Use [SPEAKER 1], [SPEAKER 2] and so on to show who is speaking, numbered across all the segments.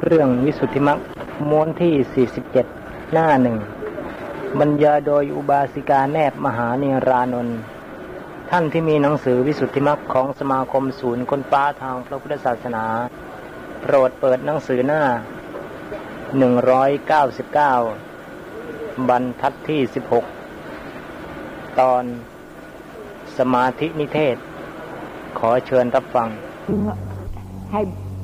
[SPEAKER 1] เรื่องวิสุทธิมรรคม้วนที่47หน้าหนึ่งบรรยายโดยอุบาสิกาแนบมหาเนรานนท์ท่านที่มีหนังสือวิสุทธิมรรคของสมาคมศูนย์ค้นคว้าทางพระพุทธศาสนาโปรดเปิดหนังสือหน้า199บรรทัดที่16ตอนสมาธินิเทศขอเชิญรับฟัง
[SPEAKER 2] ให้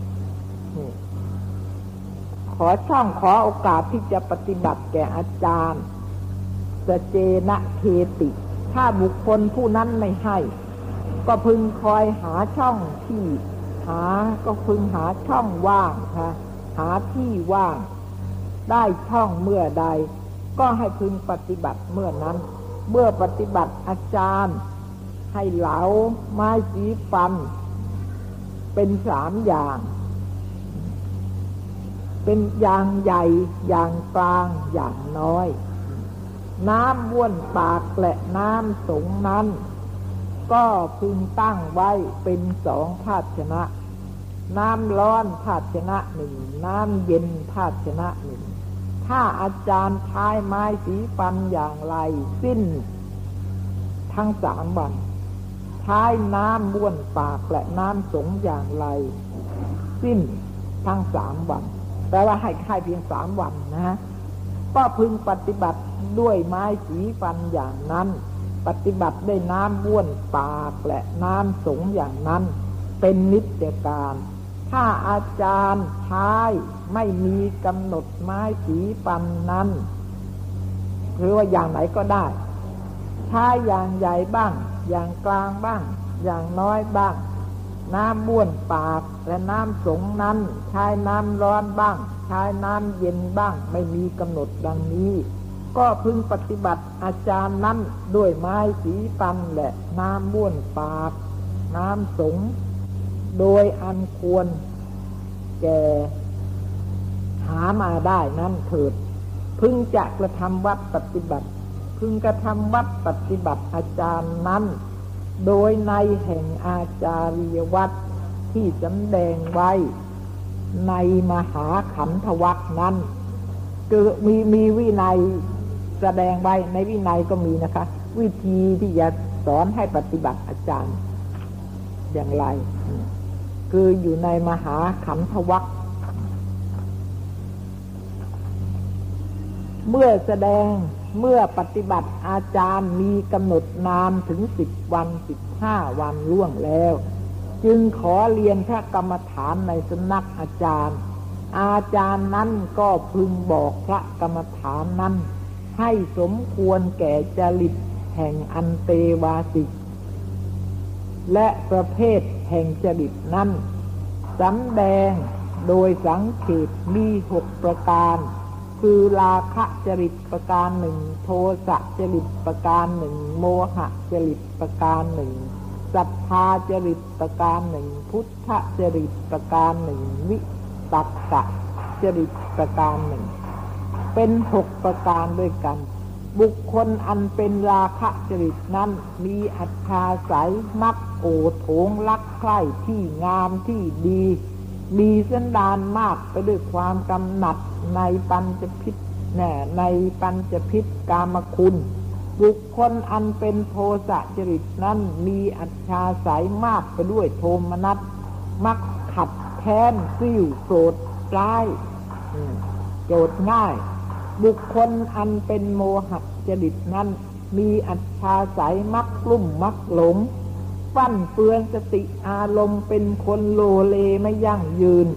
[SPEAKER 2] ขอโอกาสที่จะปฏิบัติแก่อาจารย์สเจนะเทติถ้าบุคคลผู้นั้นไม่ให้ก็พึงคอยหาช่องที่พึงหาช่องว่างหาที่ว่างได้ช่องเมื่อใดก็ให้พึงปฏิบัติเมื่อนั้นเมื่อปฏิบัติอาจารย์ให้เหลาไม้สีฟันเป็น3อย่างเป็นอย่างใหญ่อย่างกลางอย่างน้อยน้ำบ้วนปากและน้ำสงนั้นก็พึงตั้งไว้เป็น2ภาชนะน้ำร้อนภาชนะ1น้ำเย็นภาชนะ1ถ้าอาจารย์ใช้ไม้สีฟันอย่างไรสิ้นทั้ง3วันใช้น้ำบ้วนปากและน้ำสงอย่างไรสิ้นทั้ง3วันแปลว่าให้เพียง3วันนะก็พึงปฏิบัติด้วยไม้สีฟันอย่างนั้นปฏิบัติได้น้ำบ้วนปากและน้ำสงอย่างนั้นเป็นนิจการถ้าอาจารย์ใช้ไม่มีกำหนดไม้สีฟันนั้นหรือว่าอย่างไหนก็ได้ใช้อย่างใหญ่บ้างอย่างกลางบ้างอย่างน้อยบ้างน้ำบ้วนปากและน้ำสงนั้นใช้น้ำร้อนบ้างใช้น้ำเย็นบ้างไม่มีกำหนดดังนี้ก็พึงปฏิบัติอาจารย์นั้นด้วยไม้สีฟันและน้ำบ้วนปากน้ำสงโดยอันควรแก่หามาได้นั้นเถิดพึงจะกระทำวัดปฏิบัติพึงกระทำวัดปฏิบัติอาจารย์นั้นโดยในแห่งอาจาริยวัตรที่แสดงไว้ในมหาขันธวรรคนั้นคือมีวินัยแสดงไว้ในวินัยก็มีนะคะวิธีที่จะสอนให้ปฏิบัติอาจารย์อย่างไรคืออยู่ในมหาขันธวรรคเมื่อปฏิบัติอาจารย์มีกำหนดนานถึง10 วัน15 วันล่วงแล้วจึงขอเรียนพระกรรมฐานในสำนักอาจารย์นั้นก็พึงบอกพระกรรมฐานนั้นให้สมควรแก่จริตแห่งอันเตวาสิกและประเภทแห่งจริตนั้นสำแดงโดยสังเขปมี6ประการคือราคะจริตประการ1โทสะจริตประการ1โมหะจริตประการ1ศรัทธาจริตประการ1พุทธจริตประการ1วิตักกะจริตประการ1เป็น6ประการด้วยกันบุคคลอันเป็นราคะจริตนั้นมีอัตถาศัยมักโอโถงรักใคร่ที่งามที่ดีมีสันดานมากไปด้วยความกำหนัดในปัญจพิษในปัญจพิษกามคุณบุคคลอันเป็นโทสะจริตนั้นมีอัตถาศัยมากไปด้วยโทมนัสมักขัดแค้นซิ่วโกรธร้ายโกรธง่ายบุคคลอันเป็นโมหะจริตนั้นมีอัตถาศัยมักกลุ่มมักหลงฟั่นเฟือนสติอารมณ์เป็นคนโลเลไม่ยั่งยืน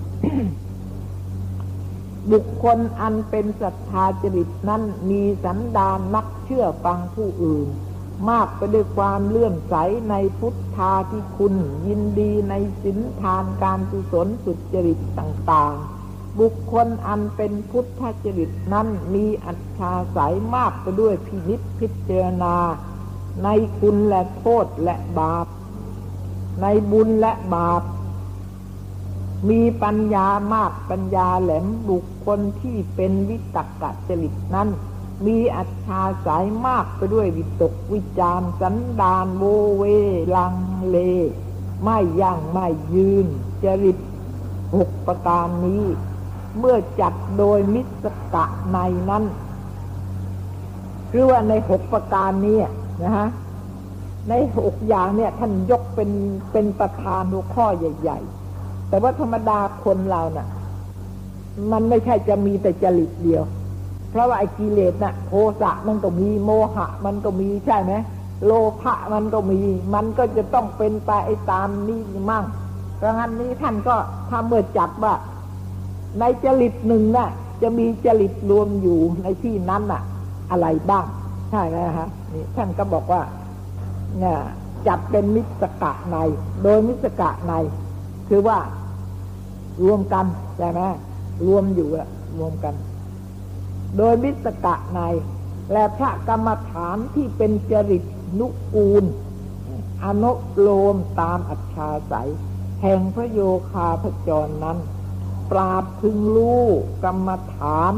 [SPEAKER 2] บุคคลอันเป็นศรัทธาจริตนั้นมีสันดานมักเชื่อฟังผู้อื่นมากไปด้วยความเลื่อมใสในพุทธาธิคุณยินดีในศีลทานการกุศลสุจริตต่างๆบุคคลอันเป็นพุทธจริตนั้นมีอัตถาศัยมากไปด้วยพินิจพิจารณาในคุณและโทษและบาปในบุญและบาปมีปัญญามากปัญญาแหลมบุคคลที่เป็นวิตกจริตนั้นมีอัตถาศัยมากไปด้วยวิตกวิจารสันดานโวเวลังเลไม่ยั่งไม่ยืนจริต6ประการนี้เมื่อจัดโดยมิสกะในนั้นคือว่าใน6ประการนี้นะฮะใน6อย่างเนี่ยท่านยกเป็นประธานหัวข้อใหญ่ๆแต่ว่าธรรมดาคนเราน่ะมันไม่ใช่จะมีแต่จริตเดียวเพราะว่าไอ้กิเลสน่ะโทสะมันก็มีโมหะมันก็มีใช่ไหมโลภะมันก็มีมันก็จะต้องเป็นไปไอ้ตามนี้มั่งเพราะงั้นนี้ท่านก็ถ้าเมื่อจัดว่าในจริตหนึ่งน่ะจะมีจริตรวมอยู่ในที่นั้นน่ะอะไรบ้างใช่ไหมฮะนี่ท่านก็บอกว่าเนี่ยจัดเป็นมิสกะในโดยมิสกะในคือว่ารวมกันใช่ไหมรวมอยู่อะรวมกันโดยมิสกะในและพระกรรมฐานที่เป็นจริตนุกูลอนุโลมตามอัจฉริยแห่งพระโยคาพจรนั้นปราบพึงรู้กรรมฐาน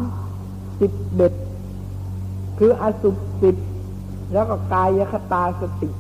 [SPEAKER 2] 11คืออสุภ10แล้วก็กายคตาสติ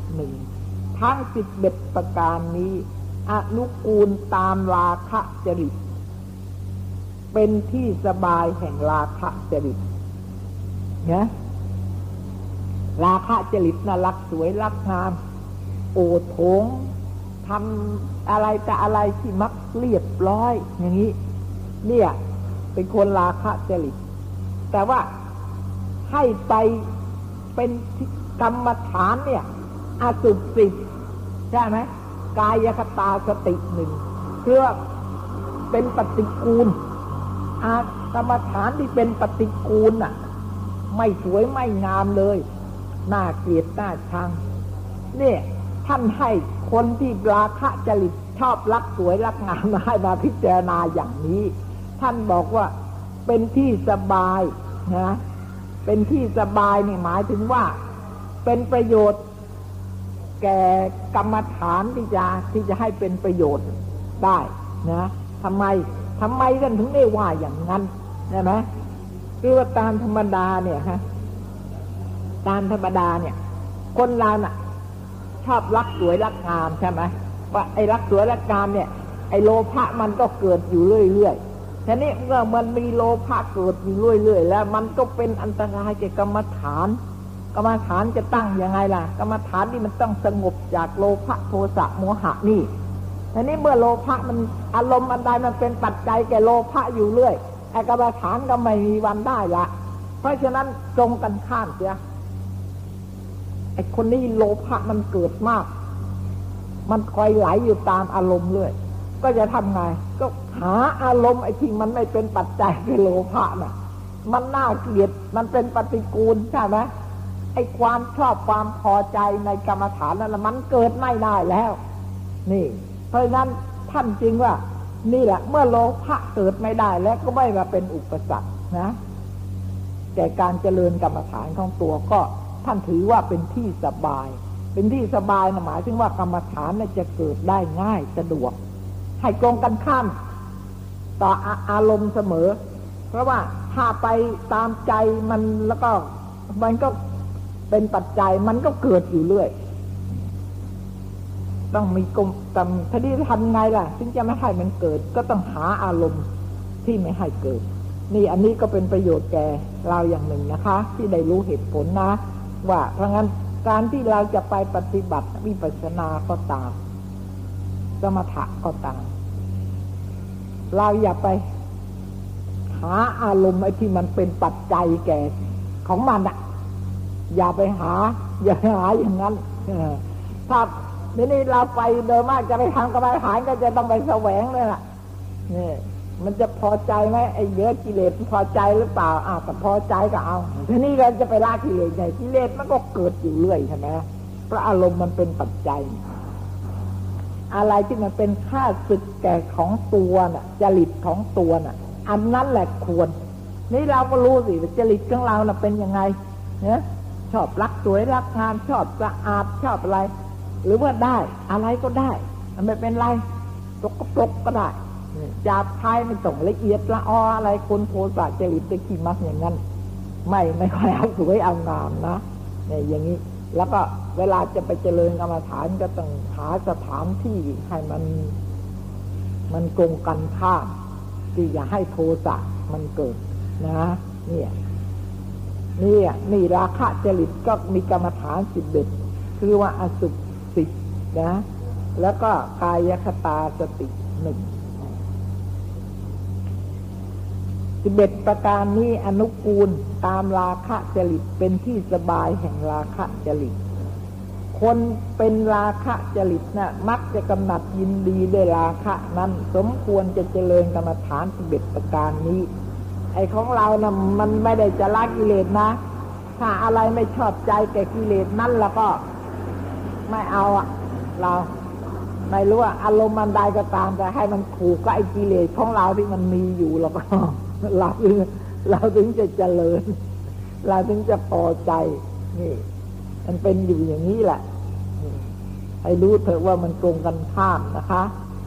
[SPEAKER 2] 1ทั้ง11ประการนี้อนุกูลตามราคะจริตเป็นที่สบายแห่งราคะจริตนะราคะจริตน่ะรักสวยรักงามโอโถงทำอะไรแต่อะไรที่มักเรียบร้อยอย่างนี้เนี่ยเป็นคนราคะจริตแต่ว่าให้ไปเป็นกรรมฐานเนี่ยอสุภ10ใช่ไหมกายคตาสติ1เพื่อเป็นปฏิกูลกรรมฐานที่เป็นปฏิกูลน่ะไม่สวยไม่งามเลยน่าเกลียดน่าชังเนี่ยท่านให้คนที่ราคะจริตชอบรักสวยรักงามมาให้มาพิจารณาอย่างนี้ท่านบอกว่าเป็นที่สบายนะเป็นที่สบายนี่หมายถึงว่าเป็นประโยชน์แก่กรรมฐานที่จะให้เป็นประโยชน์ได้นะทำไมกันถึงได้ว่าอย่างนั้นใช่ไหมคือว่าตามธรรมดาเนี่ยฮะตามธรรมดาเนี่ยคนเราน่ะชอบรักสวยรักงามใช่ไหมว่าไอ้รักสวยรักงามเนี่ยไอ้โลภะมันก็เกิดอยู่เรื่อยๆทีนี้เมื่อมันมีโลภะเกิดอยู่เรื่อยๆแล้วมันก็เป็นอันตรายแก่กรรมฐานจะตั้งยังไงล่ะกรรมฐานนี่มันต้องสงบจากโลภะโทสะโมหะนี่ทีนี้เมื่อโลภะมันอารมณ์อันใดมันเป็นปัจจัยแก่โลภะอยู่เรื่อยไอ้กรรมฐานก็ไม่มีวันได้ละเพราะฉะนั้นตรงกันข้ามเสียไอ้คนนี้โลภะมันเกิดมากมันคอยไหลอยู่ตามอารมณ์เรื่อยก็จะทำไงก็หาอารมณ์ไอ้ที่มันไม่เป็นปัจจัยแก่โลภะน่ะมันน่าเกลียดมันเป็นปฏิกูลใช่ไหมไอ้ความชอบความพอใจในกรรมฐานนั้นมันเกิดไม่ได้แล้วนี่เพราะฉะนั้นท่านจริงว่านี่แหละเมื่อโลภะเกิดไม่ได้แล้วก็ไม่มาเป็นอุปสรรคนะแก่การเจริญกรรมฐานของตัวก็ท่านถือว่าเป็นที่สบายเป็นที่สบายหมายถึงว่ากรรมฐานจะเกิดได้ง่ายสะดวกให้ตรงกันข้ามต่ออารมณ์เสมอเพราะว่าถ้าไปตามใจมันแล้วก็มันก็เป็นปัจจัยมันก็เกิดอยู่เรื่อยต้องมีกรรมทีนี้ทำไงล่ะถึงจะไม่ให้มันเกิดก็ต้องหาอารมณ์ที่ไม่ให้เกิดนี่อันนี้ก็เป็นประโยชน์แก่เราอย่างหนึ่งนะคะที่ได้รู้เหตุผลนะว่าเพราะงั้นการที่เราจะไปปฏิบัติวิปัสสนาก็ตามสมถะก็ตามเราอย่าไปหาอารมณ์ไอ้ที่มันเป็นปัจจัยแก่ของมันอ่ะอย่าหาอย่างนั้นถ้าทีนี้เราไปโดยมากจะไปทำกรรมฐานก็จะต้องไปแสวงเลยล่ะนี่มันจะพอใจไหมไอ้เยอะกิเลสพอใจหรือเปล่าแต่พอใจก็เอาทีนี้เราจะไปละกิเลสใหญ่กิเลสมันก็เกิดอยู่เรื่อยใช่ไหมเพราะอารมณ์มันเป็นปัจจัยอะไรที่มันเป็นค่าศึกแก่ของตัวน่ะจริตของตัวน่ะอันนั้นแหละควรนี่เราก็รู้สิว่าจริตของเราน่ะเป็นยังไงเนี่ยชอบรักสวยรักงามชอบสะอาดชอบอะไรหรือว่าได้อะไรก็ได้มันไม่เป็นไรตกก็ได้จับท้ายไม่ต้องละเอียดละอออะไรคนโทสะจริตจะขี้มักอย่างนั้นไม่ค่อยเอาสวยเอางามนะเนี่ยอย่างนี้แล้วก็เวลาจะไปเจริญกรรมฐานก็ต้องหาสถานที่ให้มันตรงกันข้ามที่จะให้โทสะมันเกิดนะนี่ราคะจริตก็มีกรรมฐาน11คือว่าอสุภ10นะแล้วก็กายคตาสติ11ประการนี้อนุกูลตามราคะจริตเป็นที่สบายแห่งราคะจริตคนเป็นราคะจริตน่ะมักจะกำหนัดยินดีด้วยราคะนั้นสมควรจะเจริญกรรมฐาน11ประการนี้ไอ้ของเรานะมันไม่ได้จะละกิเลสนะถ้าอะไรไม่ชอบใจแก่กิเลสนั้นแล้วก็ไม่เอาเราไม่รู้ว่าอารมณ์มันใดก็ตามแต่ให้มันถูกกับไอ้กิเลสของเราที่มันมีอยู่แล้วก็เราถึงจะเจริญเราถึงจะพอใจนี่มันเป็นอยู่อย่างนี้แหละให้รู้เถอะว่ามันตรงกันข้ามนะคะ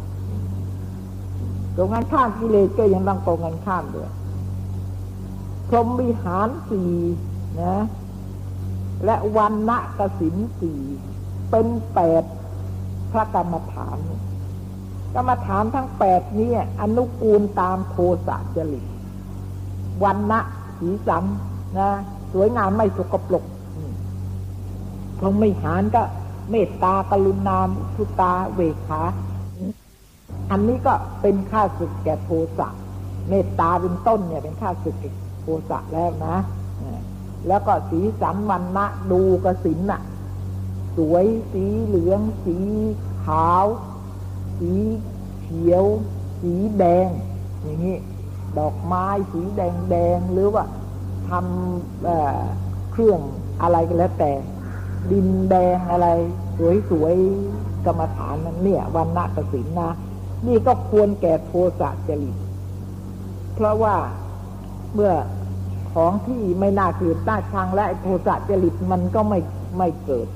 [SPEAKER 2] ตรงกันข้ามกิเลสก็ยังต้องตรงกันข้ามด้วยพรหมวิหาร4นะและวันณะกสิณ4เป็น8พระกรรมฐานกรรมฐานทั้ง8นี้อนุกูลตามโทสะจริตวันณะสีสันนะสวยงามไม่สกปรกพรหมวิหารก็เมตตากรุณามุทุตาเวขาอันนี้ก็เป็นข้าศึกแก่โทสะเมตตาเป็นต้นเนี่ยเป็นข้าศึกแก่โทสะแล้วนะแล้วก็สีสันวันณะดูกสิณน่ะสวยสีเหลืองสีขาวสีเขียวสีแดงอย่างนี้ดอกไม้สีแดงหรือว่าทำเครื่องอะไรก็แล้วแต่ดินแดงอะไรสวยๆกรรมฐานนั้นเนี่ยวันณะกสิณนะนี่ก็ควรแก่โทสะจริตเพราะว่าเมื่อของที่ไม่น่าเกลียดน่าชังและโทสะจริตมันก็ไม่เกิด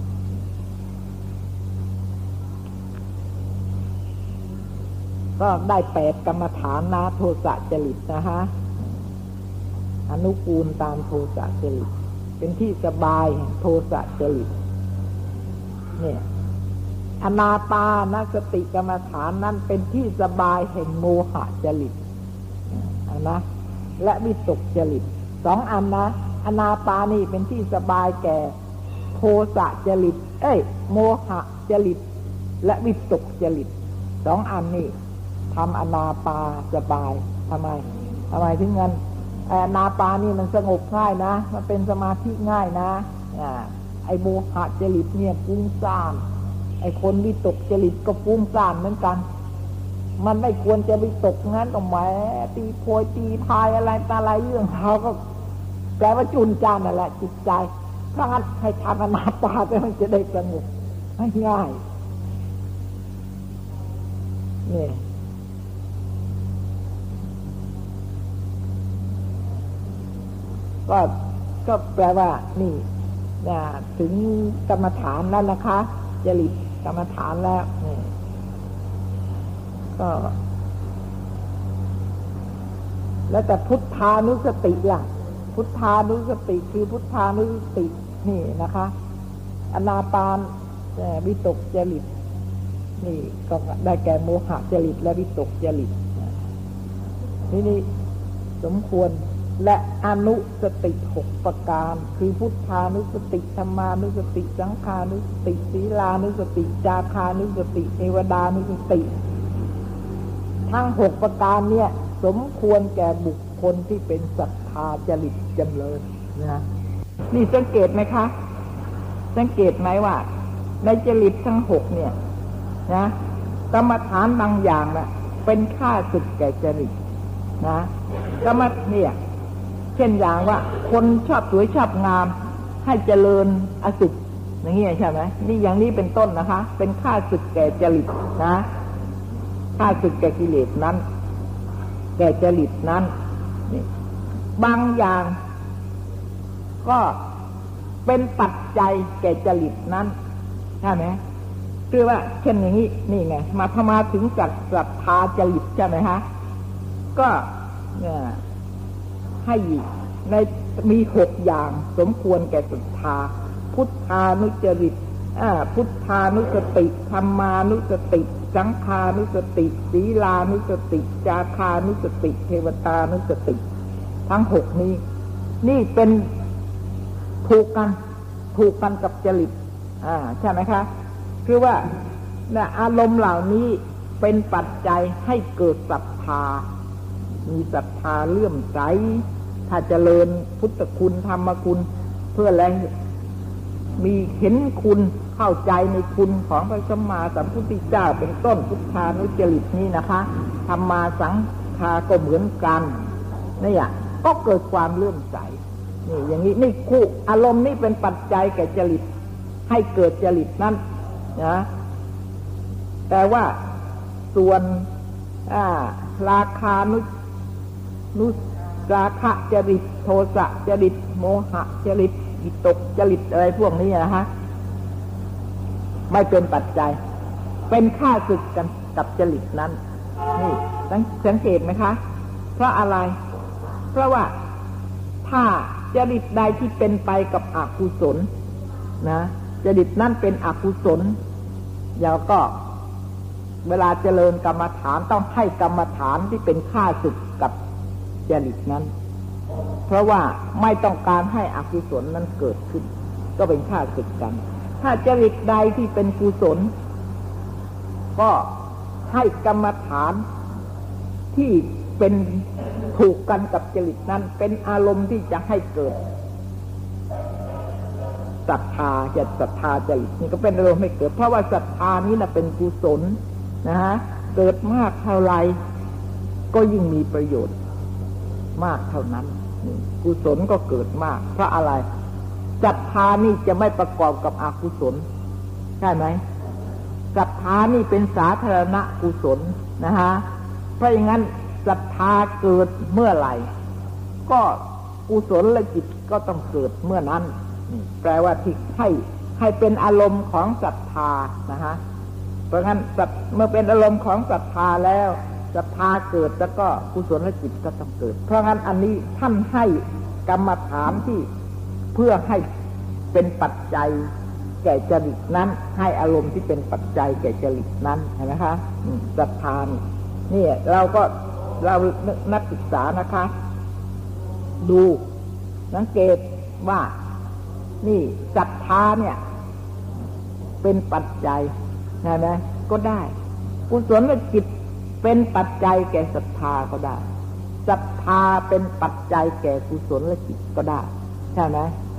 [SPEAKER 2] ก็ได้8กรรมฐานนะโทสะจริตนะฮะอนุกูลตามโทสะจริตเป็นที่สบายแห่งโทสะจริตเนี่ยอนาปานสติกรรมฐานนั้นเป็นที่สบายแห่งโมหะจริตนะและวิตกจริต2อันนะอนาปานี่เป็นที่สบายแก่โทสะจริตโมหะจริตและวิตกจริต2อันนี่ทำอนาปาสบายทำไมถึงงั้นอนาปานี่มันสงบง่ายนะมันเป็นสมาธิง่ายนะไอ้โมหะจริตเนี่ยฟุ้งซ่านไอ้คนวิตกจริตก็ฟุ้งซ่านเหมือนกันมันไม่ควรจะวิตกงั้นต้องแหมตีโพยตีพายอะไรเรื่องเขาก็แปลว่าจุนจานนั่นแหละจิตใจเพราะงั้นให้ทำอนาปาไปมันจะได้สงบง่ายนี่ก็แปลว่านี่ถึงกรรมฐานแล้วนะคะจริตกรรมฐานแล้วนี่ก็แล้วแต่พุทธานุสติล่ะพุทธานุสติคือพุทธานุสตินี่นะคะอนาปานวิตกจริตนี่ก็ได้แก่โมหะจริตและวิตกจริตนี่สมควรและอนุสติ6ประการคือพุทธานุสติธรรมานุสติสังฆานุสติศีลานุสติจาคานุสติเทวดานุสติทั้ง6ประการเนี่ยสมควรแก่บุคคลที่เป็นศรัทธาจริตจำเริญนะนี่สังเกตไหมคะสังเกตไหมว่าในจริตทั้ง6เนี่ยนะกรรมฐานบางอย่างน่ะเป็นข้าศึกแก่จริตนะกรรมเนี่ยเช่นอย่างว่าคนชอบสวยชอบงามให้เจริญอสุภอย่างนี้ใช่ไหมนี่อย่างนี้เป็นต้นนะคะเป็นข้าศึกแก่จริตนะข้าศึกแก่กิเลสนั้นแก่จริตนั้นนี่บางอย่างก็เป็นปัจจัยแก่จริตนั้นใช่ไหมคือว่าเช่นอย่างนี้นี่ไงมาถึงจัดศรัทธาจริตใช่ไหมฮะก็ให้ในมี6อย่างสมควรแก่ศรัทธาพุทธานุจริตพุทธานุสติธรรมานุสติสังฆานุสติศีลานุสติจาคานุสติเทวตานุสติทั้ง6นี้นี่เป็นถูกกันกับจริตใช่ไหมคะคือว่าอารมณ์เหล่านี้เป็นปัจจัยให้เกิดศรัทธามีศรัทธาเลื่อมใสถ้าเจริญพุทธคุณธรรมคุณเพื่ออะไรมีเห็นคุณเข้าใจในคุณของพระสัมมาสัมพุทธเจ้าเป็นต้นพุทธานุจริตนี้นะคะธรรมาสังฆาก็เหมือนกันนี่ก็เกิดความเลื่อมใสนี่อย่างนี้นี่คู่อารมณ์นี่เป็นปัจจัยแก่จริตให้เกิดจริตนั้นนะแต่ว่าส่วนราคานุราคะจริตโทสะจริตโมหะจริตวิตกจริตอะไรพวกนี้นะฮะไม่เป็นปัจจัยเป็นข้าศึกกันกับจริตนั้นนี่สังเกตไหมคะเพราะอะไรเพราะว่าถ้าจริตใดที่เป็นไปกับอกุศลนะจริตนั้นเป็นอกุศลแล้วก็เวลาเจริญกรรมฐานต้องให้กรรมฐานที่เป็นข้าศึกกับจริตนั้นเพราะว่าไม่ต้องการให้อกุศลนั้นเกิดขึ้นก็เป็นข้าศึกกันถ้าจริตใดที่เป็นกุศลก็ให้กรรมฐานที่เป็นถูกกันกับจริตนั้นเป็นอารมณ์ที่จะให้เกิดศรัทธาจริตนี่ก็เป็นอารมณ์ให้เกิดเพราะว่าศรัทธานี้เป็นกุศลนะฮะเกิดมากเท่าไรก็ยิ่งมีประโยชน์มากเท่านั้นกุศลก็เกิดมากเพราะอะไรศรัทธานี่จะไม่ประกอบกับอกุศลใช่ไหมศรัทธานี่เป็นสาธารณกุศลนะฮะเพราะอย่างนั้นศรัทธาเกิดเมื่อไหร่ก็กุศลและจิตก็ต้องเกิดเมื่อนั้นแปลว่าที่ให้เป็นอารมณ์ของศรัทธานะฮะเพราะงั้นเมื่อเป็นอารมณ์ของศรัทธาแล้วศรัทธาเกิดแล้วก็กุศลและจิตก็ต้องเกิดเพราะงั้นอันนี้ท่านให้กรรมฐานที่เพื่อให้เป็นปัจจัยแก่จริตนั้นให้อารมณ์ที่เป็นปัจจัยแก่จริตนั้นเห็นไหมคะศรัทธานี่เรานักศึกษานะคะดูสังเกตว่านี่ศรัทธาเนี่ยเป็นปัจจัยใช่ไหมก็ได้กุศลและจิตเป็นปัจจัยแก่ศรัทธาก็ได้ศรัทธาเป็นปัจจัยแก่กุศลและจิตก็ได้ใช่ไหม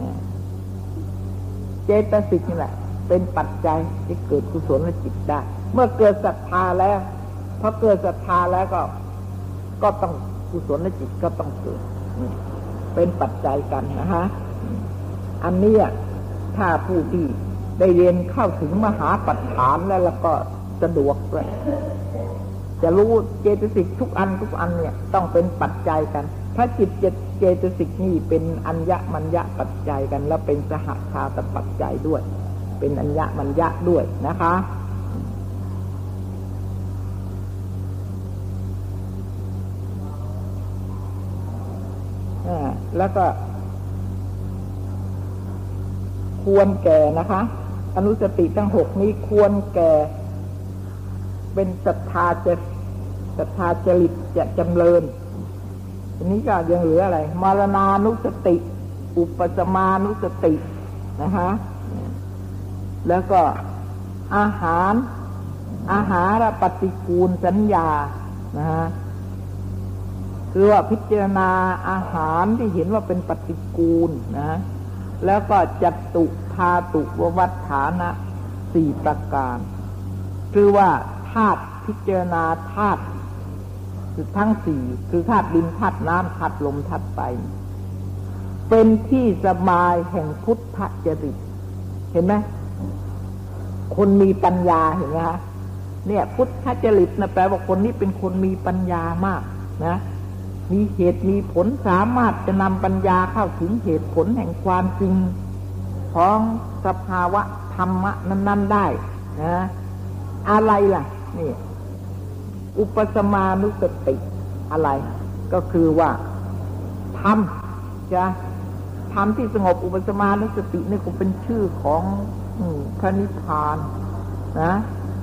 [SPEAKER 2] เจตสิกนี่แหละเป็นปัจจัยที่เกิดกุศลและจิตได้เมื่อเกิดศรัทธาแล้วพอเกิดศรัทธาแล้วก็ต้องกุศลและจิตก็ต้องเกิดเป็นปัจจัยกันนะฮะอันนี้ถ้าผู้ที่ได้เรียนเข้าถึงมหาปัฏฐานแล้วก็สะดวกเลยจะรู้เจตสิกทุกอันเนี่ยต้องเป็นปัจจัยกันถ้าจิตเจตสิกนี่เป็นอัญญมัญญปัจจัยกันแล้วเป็นสหชาตปัจจัยด้วยเป็นอัญญมัญญด้วยนะคะแล้วก็ควรแก่นะคะอนุสติทั้ง6นี้ควรแก่เป็นศรัทธาจริตจะจำเริญทีนี้ก็ยังเหลืออะไรมรณานุสติอุปสมานุสตินะคะแล้วก็อาหารปฏิกูลสัญญานะฮะคือว่าพิจารณาอาหารที่เห็นว่าเป็นปฏิกูลนะแล้วก็จัตุธาตุวัฏฐานะ4ประการคือว่าธาตุพิจารณาธาตุคือทั้ง4คือธาตุดินธาตุน้ำธาตุลมธาตุไฟเป็นที่สบายแห่งพุทธจริตเห็นไหมคนมีปัญญาเห็นไหมคะเนี่ยพุทธจริตนะแปลว่าคนนี้เป็นคนมีปัญญามากนะมีเหตุมีผลสามารถจะนำปัญญาเข้าถึงเหตุผลแห่งความจริงของสภาวะธรรมะนั้นๆได้นะอะไรล่ะนี่อุปสมานุสติอะไรก็คือว่าธรรมที่สงบอุปสมานุสตินี่ก็เป็นชื่อของพระนิพพานนะ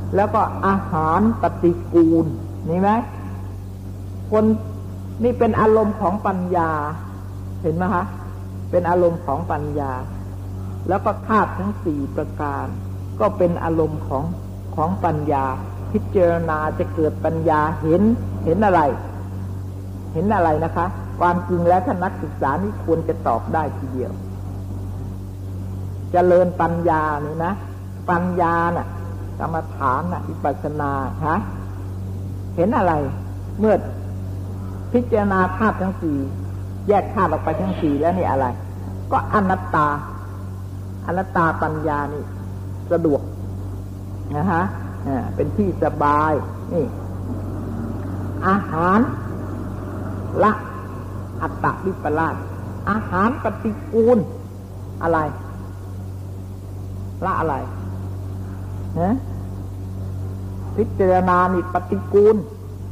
[SPEAKER 2] แล้วก็อาหารปฏิกูลนี่ไหมคนนี่เป็นอารมณ์ของปัญญาเห็นไหมคะเป็นอารมณ์ของปัญญาแล้วก็ธาตุทั้งสี่ประการก็เป็นอารมณ์ของปัญญาพิจารณาจะเกิดปัญญาเห็นอะไรเห็นอะไรนะคะความจริงแล้วถ้านักศึกษานี่ควรจะตอบได้ทีเดียวเจริญปัญญานี่นะปัญญาน่ะกรรมฐานน่ะวิปัสสนาฮะเห็นอะไรเมื่อพิจารณาธาตุทั้งสี่แยกธาตุออกไปทั้งสี่แล้วนี่อะไรก็อนัตตาปัญญานี่สะดวกนะฮะเป็นที่สบายนี่อาหารละอัตตวิปลาสอาหารปฏิกูลอะไรละอะไรพิจารณานี่ปฏิกูล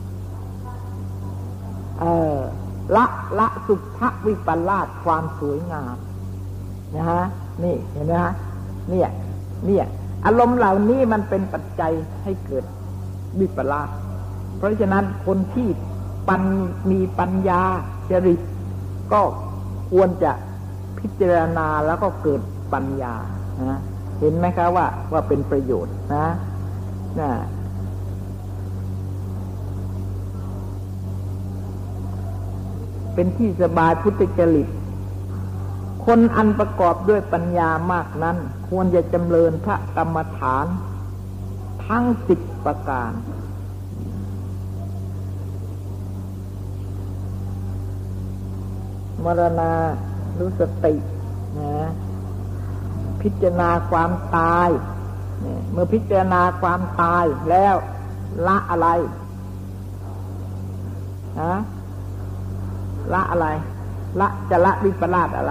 [SPEAKER 2] ละสุภวิปลาสความสวยงามนะฮะนี่เห็นไหมฮะเนี่ยอารมณ์เหล่านี้มันเป็นปัจจัยให้เกิดวิปลาสเพราะฉะนั้นคนที่มีปัญญาจริตก็ควรจะพิจารณาแล้วก็เกิดปัญญานะเห็นไหมคะว่าเป็นประโยชน์นะเป็นที่สบายพุทธจริตคนอันประกอบด้วยปัญญามากนั้นควรจะจำเริญพระกรรมฐานทั้ง10ประการมรณานุสตินะพิจารณาความตายเมื่อพิจารณาความตายแล้วละอะไรละอะไรละวิปลาสอะไร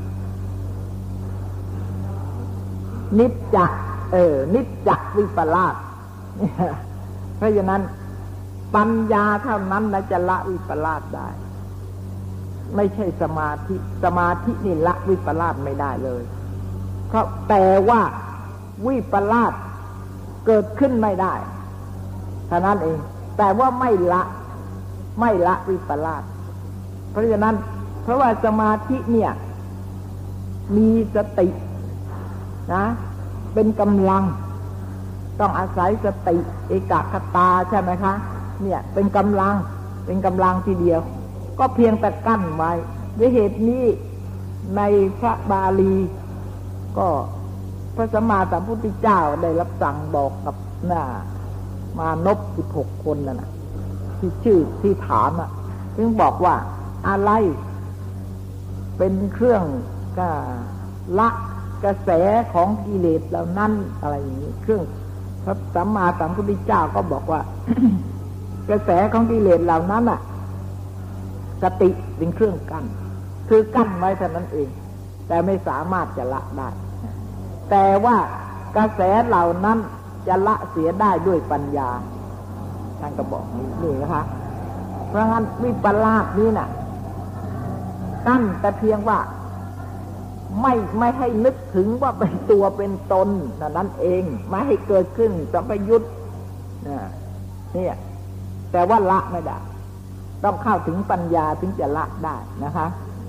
[SPEAKER 2] นิจจวิปลาสเพราะฉะนั้นปัญญาเท่านั้นนะจะละวิปลาสได้ไม่ใช่สมาธินี่ละวิปลาสไม่ได้เลยเพราะแต่ว่าวิปลาสเกิดขึ้นไม่ได้เท่านั้นเองแต่ว่าไม่ละวิปลาสเพราะฉะนั้นเพราะว่าสมาธิเนี่ยมีสตินะเป็นกำลังต้องอาศัยสติเอกคตาใช่ไหมคะเนี่ยเป็นกำลังทีเดียวก็เพียงแต่กั้นไว้ด้วยเหตุนี้ในพระบาลีก็พระสัมมาสัมพุทธเจ้าได้รับสั่งบอกกับมานพ16คนนั่นน่ะที่ชื่อที่ถามถึงบอกว่าอะไรเป็นเครื่องละกระแสของกิเลสเหล่านั้นอะไรอย่างนี้เครื่องพระสัมมาสัมพุทธเจ้าก็บอกว่า กระแสของกิเลสเหล่านั้นสติเป็นเครื่องกั้นคือกั้นไว้เท่านั้นเองแต่ไม่สามารถจะละได้แต่ว่ากระแสเหล่านั้นจะละเสียได้ด้วยปัญญาท่านก็บอกนี่นะคะเพราะงั้นวิปลาสนี้น่ะกั้นแต่เพียงว่าไม่ให้นึกถึงว่าเป็นตัวเป็นตนนั่นเองไม่ให้เกิดขึ้นสัมปยุตเนี่ยแต่ว่าละไม่ได้ต้องเข้าถึงปัญญาถึงจะละได้นะคะ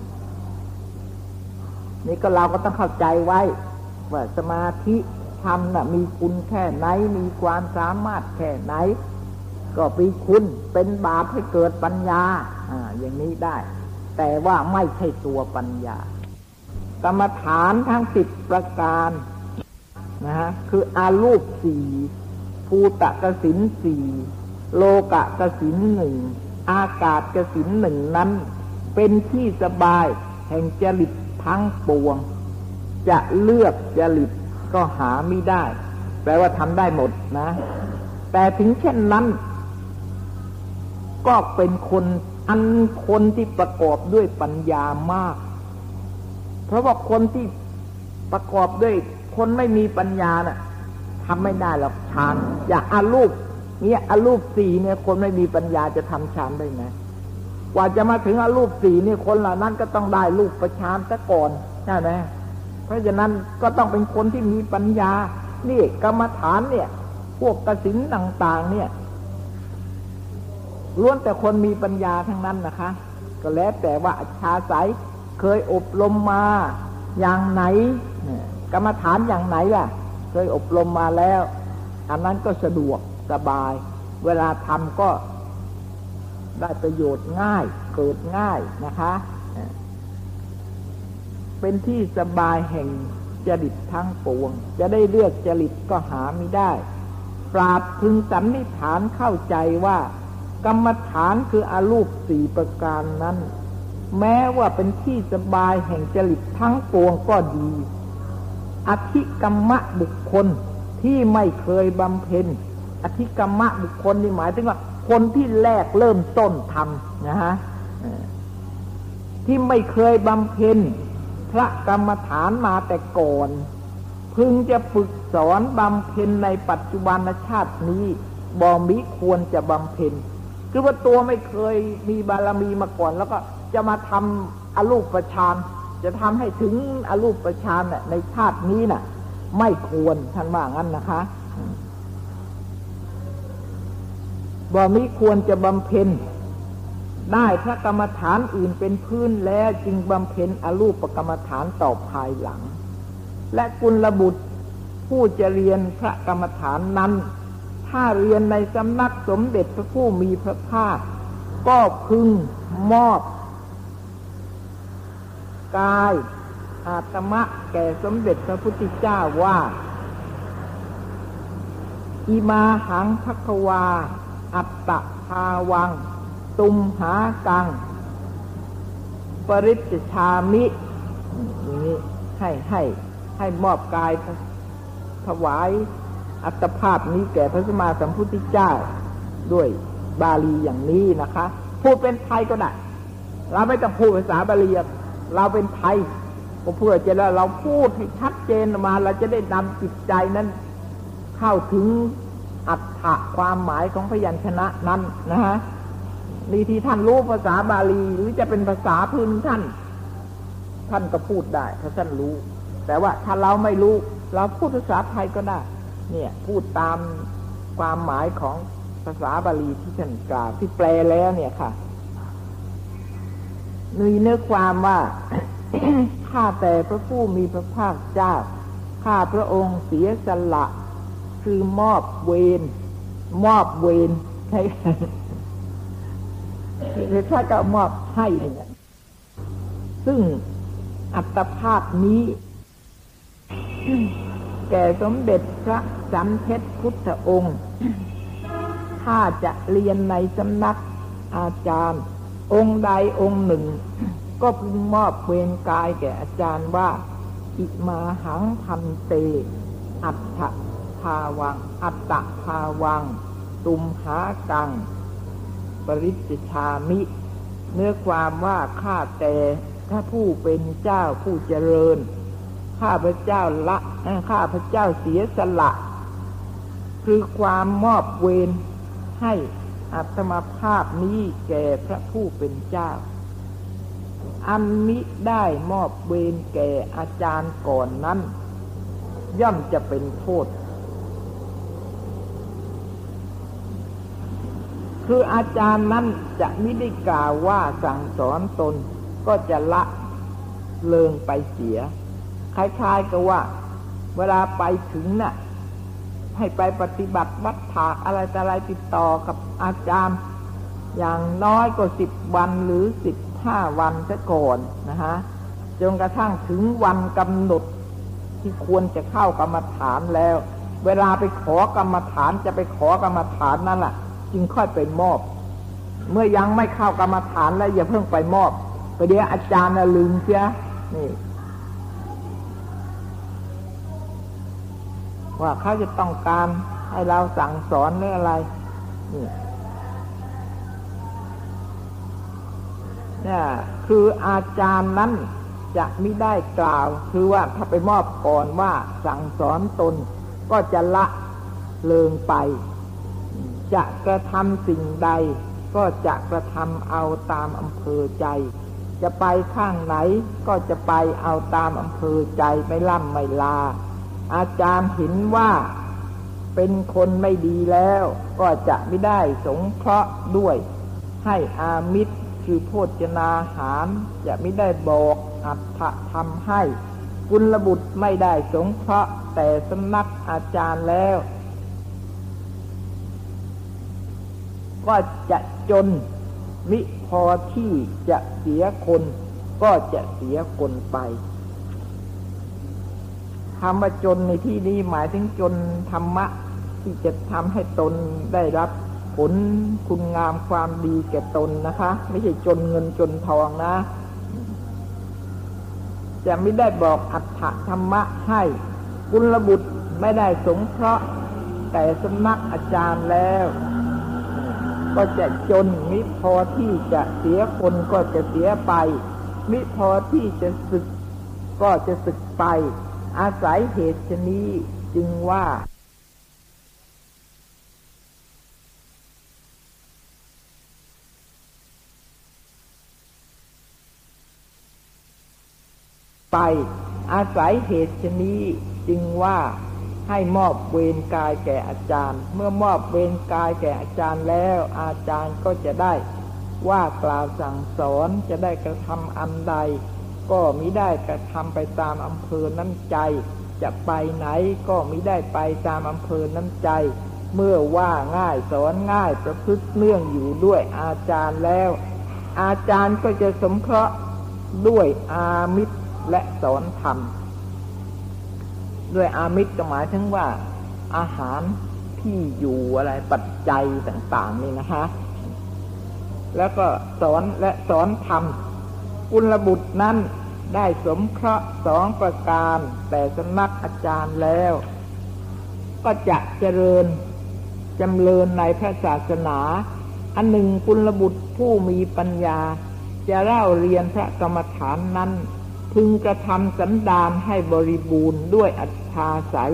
[SPEAKER 2] นี่ก็เราก็ต้องเข้าใจไว้ว่าสมาธิธรรมน่ะมีคุณแค่ไหนมีความสามารถแค่ไหนก็มีคุณเป็นบาปให้เกิดปัญญาอย่างนี้ได้แต่ว่าไม่ใช่ตัวปัญญากรรมฐานทั้ง10ประการนะฮะคืออารูป4ภูตกสิณ4โลกกสิณ1อากาศกสิณ1นั้นเป็นที่สบายแห่งจริตทั้งปวงจะเลือกจริตก็หาไม่ได้แปลว่าทำได้หมดนะแต่ถึงเช่นนั้นก็เป็นคนที่ประกอบด้วยปัญญามากเพราะว่าคนที่ประกอบด้วยคนไม่มีปัญญาน่ะทำไม่ได้หรอกฌานอย่างอารูปเนี่ยอารูป4เนี่ยคนไม่มีปัญญาจะทำฌานได้ไงกว่าจะมาถึงอารูป4เนี่ยคนเหล่านั้นก็ต้องได้รูปฌานซะก่อนใช่ไหมเพราะฉะนั้นก็ต้องเป็นคนที่มีปัญญานี่กรรมฐานเนี่ยพวกกสิณต่างๆเนี่ยล้วนแต่คนมีปัญญาทั้งนั้นนะคะก็แล้วแต่ว่าอาจารย์เคยอบรมมาอย่างไหนกรรมฐานอย่างไหนล่ะเคยอบรมมาแล้วอันนั้นก็สะดวกสบายเวลาทำก็ได้ประโยชน์ง่ายเกิดง่ายนะคะเป็นที่สบายแห่งจริตทั้งปวงจะได้เลือกจริตก็หาไม่ได้ปราชญ์พึงสันนิษฐานเข้าใจว่ากรรมฐานคืออารูป4ประการนั้นแม้ว่าเป็นที่สบายแห่งจริตทั้งปวงก็ดีอธิกรรมะบุคคลที่ไม่เคยบำเพ็ญอธิกรรมะบุคคลนี่หมายถึงว่าคนที่แรกเริ่มต้นทำนะฮะที่ไม่เคยบำเพ็ญพระกรรมฐานมาแต่ก่อนพึงจะฝึกสอนบำเพ็ญในปัจจุบันชาตินี้บ่มิควรจะบำเพ็ญคือว่าตัวไม่เคยมีบารมีมาก่อนแล้วก็จะมาทำอรูปฌานจะทำให้ถึงอรูปฌานในชาตินี้น่ะไม่ควรท่านว่างั้นนะคะบ่มิควรจะบำเพ็ญได้พระกรรมฐานอื่นเป็นพื้นแล้วจึงบำเพ็ญอรูปกรรมฐานต่อภายหลังและกุลบุตรผู้จะเรียนพระกรรมฐานนั้นถ้าเรียนในสำนักสมเด็จพระผู้มีพระภาคก็พึงมอบกายอาตมะแก่สมเด็จพระพุทธเจ้าว่าอิมาหังภควาอัตตภาวังตุมหากังปริจฉามินี้ให้มอบกายถวายอัตภาพนี้แก่พระสัมมาสัมพุทธเจ้าด้วยบาลีอย่างนี้นะคะพูดเป็นไทยก็ได้เราไม่ต้องพูดภาษาบาลีเราเป็นไทยก็เพื่อจะแล้วเราพูดให้ชัดเจนมาเราจะได้นำจิตใจนั้นเข้าถึงอัตถะความหมายของพยัญชนะนั้นนะฮะนี่ที่ท่านรู้ภาษาบาลีหรือจะเป็นภาษาพื้นท่านก็พูดได้ถ้าท่านรู้แต่ว่าถ้าเราไม่รู้เราพูดภาษาไทยก็ได้เนี่ยพูดตามความหมายของภาษาบาลีที่ท่านกล่าวที่แปลแล้วเนี่ยค่ะมีเนื้อความว่า ข้าแต่พระผู้มีพระภาคเจ้าข้าพระองค์เสียสละคือมอบเวรให้คือถ้าก็มอบให้เนี่ยซึ่งอัตภาพนี้ แก่สมเด็จพระสันเพชรพุทธองค์ถ้าจะเรียนในสำนักอาจารย์องค์ใดองค์หนึ่งก็พึงมอบเวรกายแก่อาจารย์ว่าอิมาหังพันเตอัตถภาวังอัตตภาวังตุมหากังปริจฉามิเนื้อความว่าข้าแต่ถ้าผู้เป็นเจ้าผู้เจริญข้าพเจ้าเสียสละคือความมอบเวรให้อัตมภาพนี้แก่พระผู้เป็นเจ้าอันมิได้มอบเวรแก่อาจารย์ก่อนนั้นย่อมจะเป็นโทษคืออาจารย์นั้นจะมิได้กล่าวว่าสั่งสอนตนก็จะละเลิงไปเสียคล้ายๆกับว่าเวลาไปถึงน่ะให้ไปปฏิบัติวัดถากอะไรแต่อะไรติดต่อกับอาจารย์อย่างน้อยก็10 วันหรือ15 วันซะก่อนนะฮะจนกระทั่งถึงวันกำหนดที่ควรจะเข้ากรรมฐานแล้วเวลาไปขอกรรมฐานจะไปขอกรรมฐานนั่นแหละจึงค่อยไปมอบเมื่อยังไม่เข้ากรรมฐานแล้วอย่าเพิ่งไปมอบไปเดี๋ยวอาจารย์น่ะลืมเสียนี่ว่าเขาจะต้องการให้เราสั่งสอนหรืออะไรเนี่ยคืออาจารย์นั้นจะไม่ได้กล่าวคือว่าถ้าไปมอบก่อนว่าสั่งสอนตนก็จะละเลิงไปจะกระทำสิ่งใดก็จะกระทำเอาตามอำเภอใจจะไปข้างไหนก็จะไปเอาตามอำเภอใจไม่ล่ำไม่ลาอาจารย์เห็นว่าเป็นคนไม่ดีแล้วก็จะไม่ได้สงเคราะห์ด้วยให้อามิตรคือโภชนาหารจะไม่ได้บอกอัตถธรรมให้กุลบุตรไม่ได้สงเคราะห์แต่สำนักอาจารย์แล้วก็จะจนมิพอที่จะเสียคนก็จะเสียคนไปคำว่าจนในที่นี้หมายถึงจนธรรมะที่จะทำให้ตนได้รับผลคุณงามความดีแก่ตนนะคะไม่ใช่จนเงินจนทองนะจะไม่ได้บอกอัตถธรรมะให้กุลบุตรไม่ได้สงเคราะห์แต่สำนักอาจารย์แล้วก็จะจนมิพอที่จะเสียคนก็จะเสียไปมิพอที่จะสึกก็จะสึกไปอาศัยเหตุนี้จึงว่าไปอาศัยเหตุนี้จึงว่าให้มอบเวรกายแก่อาจารย์เมื่อมอบเวรกายแก่อาจารย์แล้วอาจารย์ก็จะได้ว่ากล่าวสั่งสอนจะได้กระทำอันใดก็มิได้กระทำไปตามอำเภอน้ำใจจะไปไหนก็มิได้ไปตามอำเภอน้ำใจเมื่อว่าง่ายสอนง่ายประพฤติเนื่องอยู่ด้วยอาจารย์แล้วอาจารย์ก็จะสงเคราะห์ด้วยอามิตรและสอนธรรมด้วยอามิตรก็หมายถึงว่าอาหารที่อยู่อะไรปัจจัยต่างๆนี่นะคะแล้วก็สอนและสอนธรรมกุลบุตรนั้นได้สงเคราะห์2ประการแต่สำนักอาจารย์แล้วก็จะเจริญจำเริญในพระศาสนาอันหนึ่งกุลบุตรผู้มีปัญญาจะเล่าเรียนพระกรรมฐานนั้นพึงกระทำสันดานให้บริบูรณ์ด้วยอัตถาศัย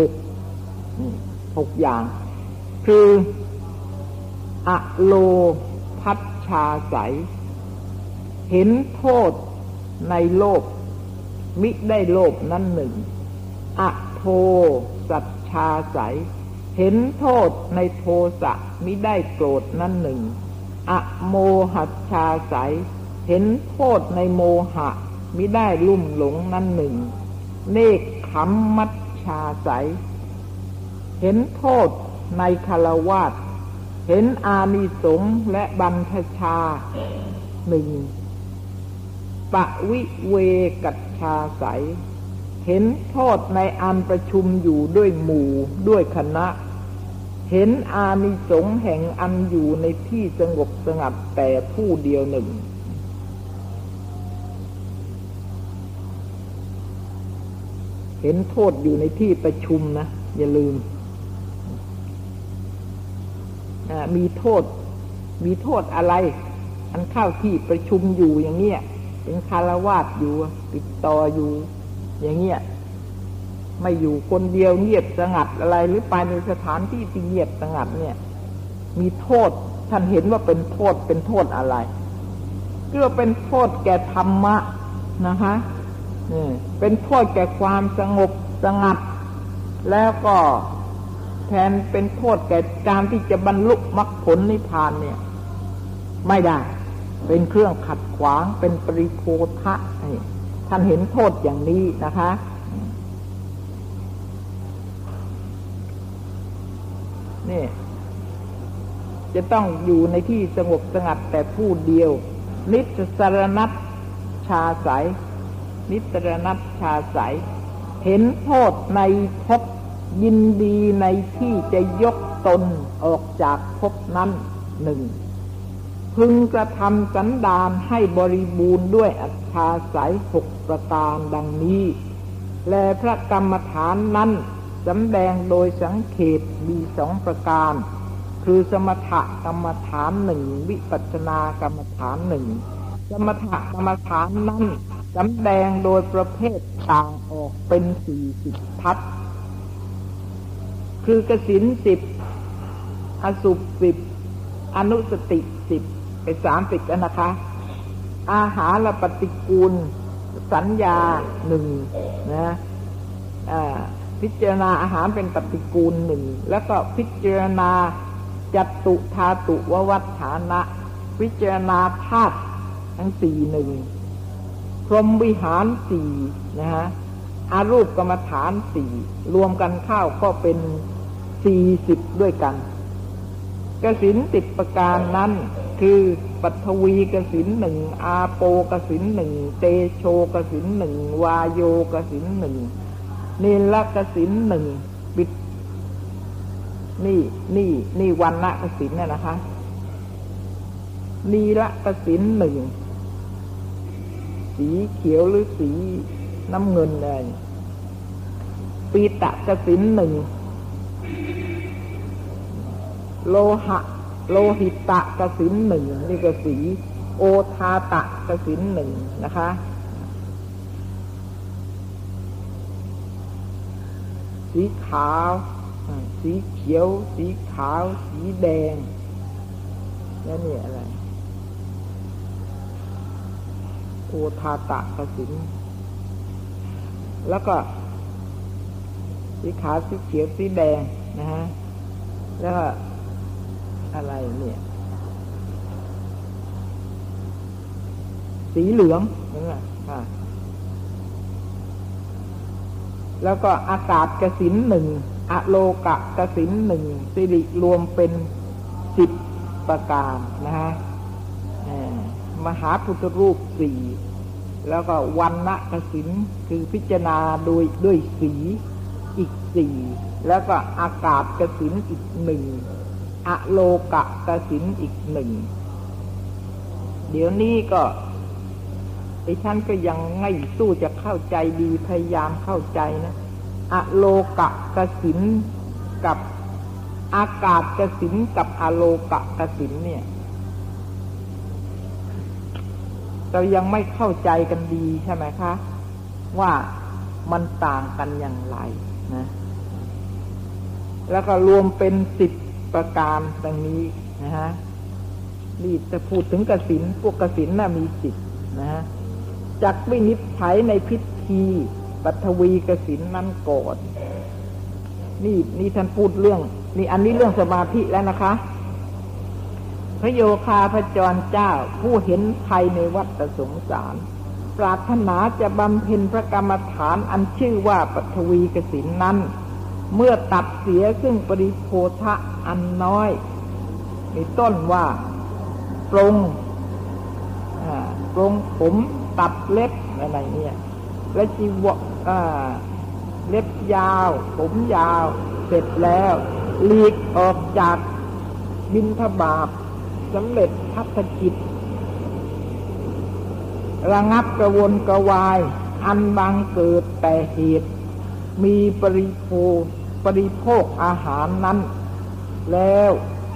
[SPEAKER 2] 6อย่างคืออโลภัชชาศัยเห็นโทษในโลภมิได้โลภนั้นหนึ่งอโทสัจชาศัยเห็นโทษในโทสะมิได้โกรธนั้นหนึ่งอโมหัชชาศัยเห็นโทษในโมหะมิได้ลุ่มหลงนั้นหนึ่งเนกขัมมัชชาศัยเห็นโทษในฆราวาสเห็นอานิสงส์และบัณฑชาหนึ่งปวิเวกัจฉาศัยเห็นโทษในอันประชุมอยู่ด้วยหมู่ด้วยคณะเห็นอานิสงส์แห่งอันอยู่ในที่สงบสงัดแต่ผู้เดียวหนึ่งเห็นโทษอยู่ในที่ประชุมนะอย่าลืมมีโทษอะไรอันเข้าที่ประชุมอยู่อย่างเงี้ยเป็นคฤหัสถ์อยู่ติดต่ออยู่อย่างเงี้ยไม่อยู่คนเดียวเงียบสงัดอะไรหรือไปในสถานที่ที่เงียบสงัดเนี่ยมีโทษท่านเห็นว่าเป็นโทษอะไรก็เป็นโทษแก่ธรรมะนะคะเป็นโทษแก่ความสงบสงัดแล้วก็แทนเป็นโทษแก่การที่จะบรรลุมรรคผลนิพพานเนี่ยไม่ได้เป็นเครื่องขัดขวางเป็นปริโภทะท่านเห็นโทษอย่างนี้นะคะนี่จะต้องอยู่ในที่สงบสงัดแต่ผู้เดียวนิสสรณัตชาศัยนิสรณัตชาศัยเห็นโทษในภพยินดีในที่จะยกตนออกจากภพนั้นหนึ่งพึงกระทำสันดานให้บริบูรณ์ด้วยอัตถาศัย6ประการดังนี้และพระกรรมฐานนั้นสำแดงโดยสังเขปมี2ประการคือสมถกรรมฐาน1วิปัสสนากรรมฐาน1สมถกรรมฐานนั้นสำแดงโดยประเภทต่างออกเป็น40ทัศน์คือกสิณ10อสุป10อนุสติ10เป็น30แล้วนะคะอาหารปฏิกูลสัญญา1นะพิจารณาอาหารเป็นปฏิกูลหนึ่งแล้วก็พิจารณาจัตุธาตุววัฏฐานะพิจารณาธาตุทั้งสี่หนึ่งพรหมวิหารสี่นะฮะอารูปกรรมฐานสี่รวมกันเข้าก็เป็น40ด้วยกันกสิณ10ประการนั้นคือปัทวีกสิณหนึ่งอาโปกสิณหนึ่งเตโชกสิณหนึ่งวาโยกสิณหนึ่งนีลกสิณหนึ่งปิดนี่วันละกสิณเนี่ยนะคะนีลกสิณหนึ่งสีเขียวหรือสีน้ำเงินอะไรปีตะกสิณหนึ่งโลหิตะกสิณหนึ่งนี่ก็สีโอทาตะกสิณหนึ่งนะคะสีขาวสีเขียวสีขาวสีแดงแล้วนี่อะไรโอทาตะกสิณแล้วก็สีขาวสีเขียวสีแดงนะฮะแล้วก็อะไรเนี่ยสีเหลืองนี่แหละแล้วก็อากาศกสิณหนึ่งอโลกะกสิณหนึ่งสิริรวมเป็น10ประการนะฮะมหาพุทธรูป4แล้วก็วรรณกสิณคือพิจารณาด้วยสีอีก4แล้วก็อากาศกสิณอีก1อโลกะกสิณอีก1เดี๋ยวนี้ก็ไอ้ท่านก็ยังไม่สู้จะเข้าใจดีพยายามเข้าใจนะอโลกะกสิณกับอากาศกสิณกับอโลกะกสิณเนี่ยเรายังไม่เข้าใจกันดีใช่ไหมคะว่ามันต่างกันอย่างไรนะแล้วก็รวมเป็น10ประการดังนี้นะฮะนี่จะพูดถึงกสิณพวกกสิณน่ะมี10นะฮะจักวินิจฉัยในพิธีปัทวีกสิณนั้นก่อนนี่ท่านพูดเรื่องนี่อันนี้เรื่องสมาธิแล้วนะคะพระโยคาพจรเจ้าผู้เห็นภัยในวัฏสงสารปรารถนาจะบำเพ็ญพระกรรมฐานอันชื่อว่าปัทวีกสิณนั้นเมื่อตัดเสียซึ่งปริโภทะอันน้อยมีต้นว่าปรงผมตัดเล็บอะไรเนี่ยและจีวรเล็บยาวผมยาวเสร็จแล้วหลีกออกจากบิณฑบาตสำเร็จภัตกิจระงับกระวนกระวายอันบังเกิดแต่เหตุมีปริโภคอาหารนั้นแล้ว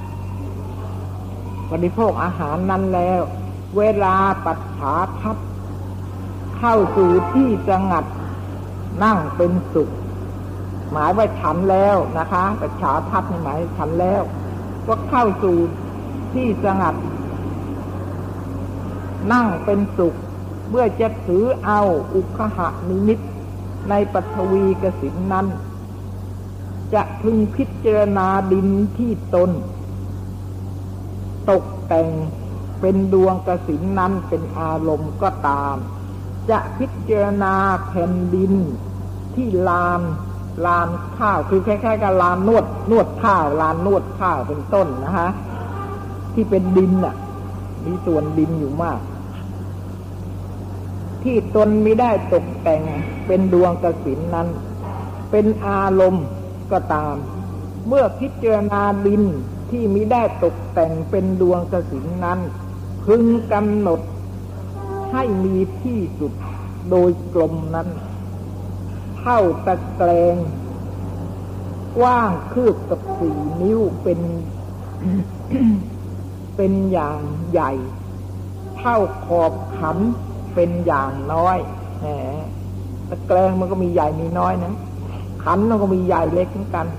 [SPEAKER 2] บริโภคอาหารนั้นแล้วเวลาปัจฉาทัพเข้าสู่ที่สงัดนั่งเป็นสุขหมายว่าฉันแล้วนะคะปัจฉาทัพหมายฉันแล้วก็เข้าสู่ที่สงัดนั่งเป็นสุขเมื่อจะถือเอาอุคหะนิมิตในปัทวีกสิณนั้นจะพึงพิจารณาดินที่ตนตกแต่งเป็นดวงกสิณนั้นเป็นอารมณ์ก็ตามจะพิจารณาแผ่นดินที่ลานข้าวคือคล้ายๆกับลานนวดข้าวลานนวดข้าวเป็นต้นนะฮะที่เป็นดินน่ะมีส่วนดินอยู่มากที่ตนไม่ได้ตกแต่งเป็นดวงกสิณนั้นเป็นอารมณ์ก็ตามเมื่อพิจารณาดินที่มิได้ตกแต่งเป็นดวงกสิณนั้นพึงกำหนดให้มีที่สุดโดยกลมนั้นเท่าตะแกรงกว้างคืบกับ4 นิ้วเป็น เป็นอย่างใหญ่เท่าขอบขันเป็นอย่างน้อยตะแกรงมันก็มีใหญ่มีน้อยนะขันมันก็มีใหญ่เล็กเหมือนกัน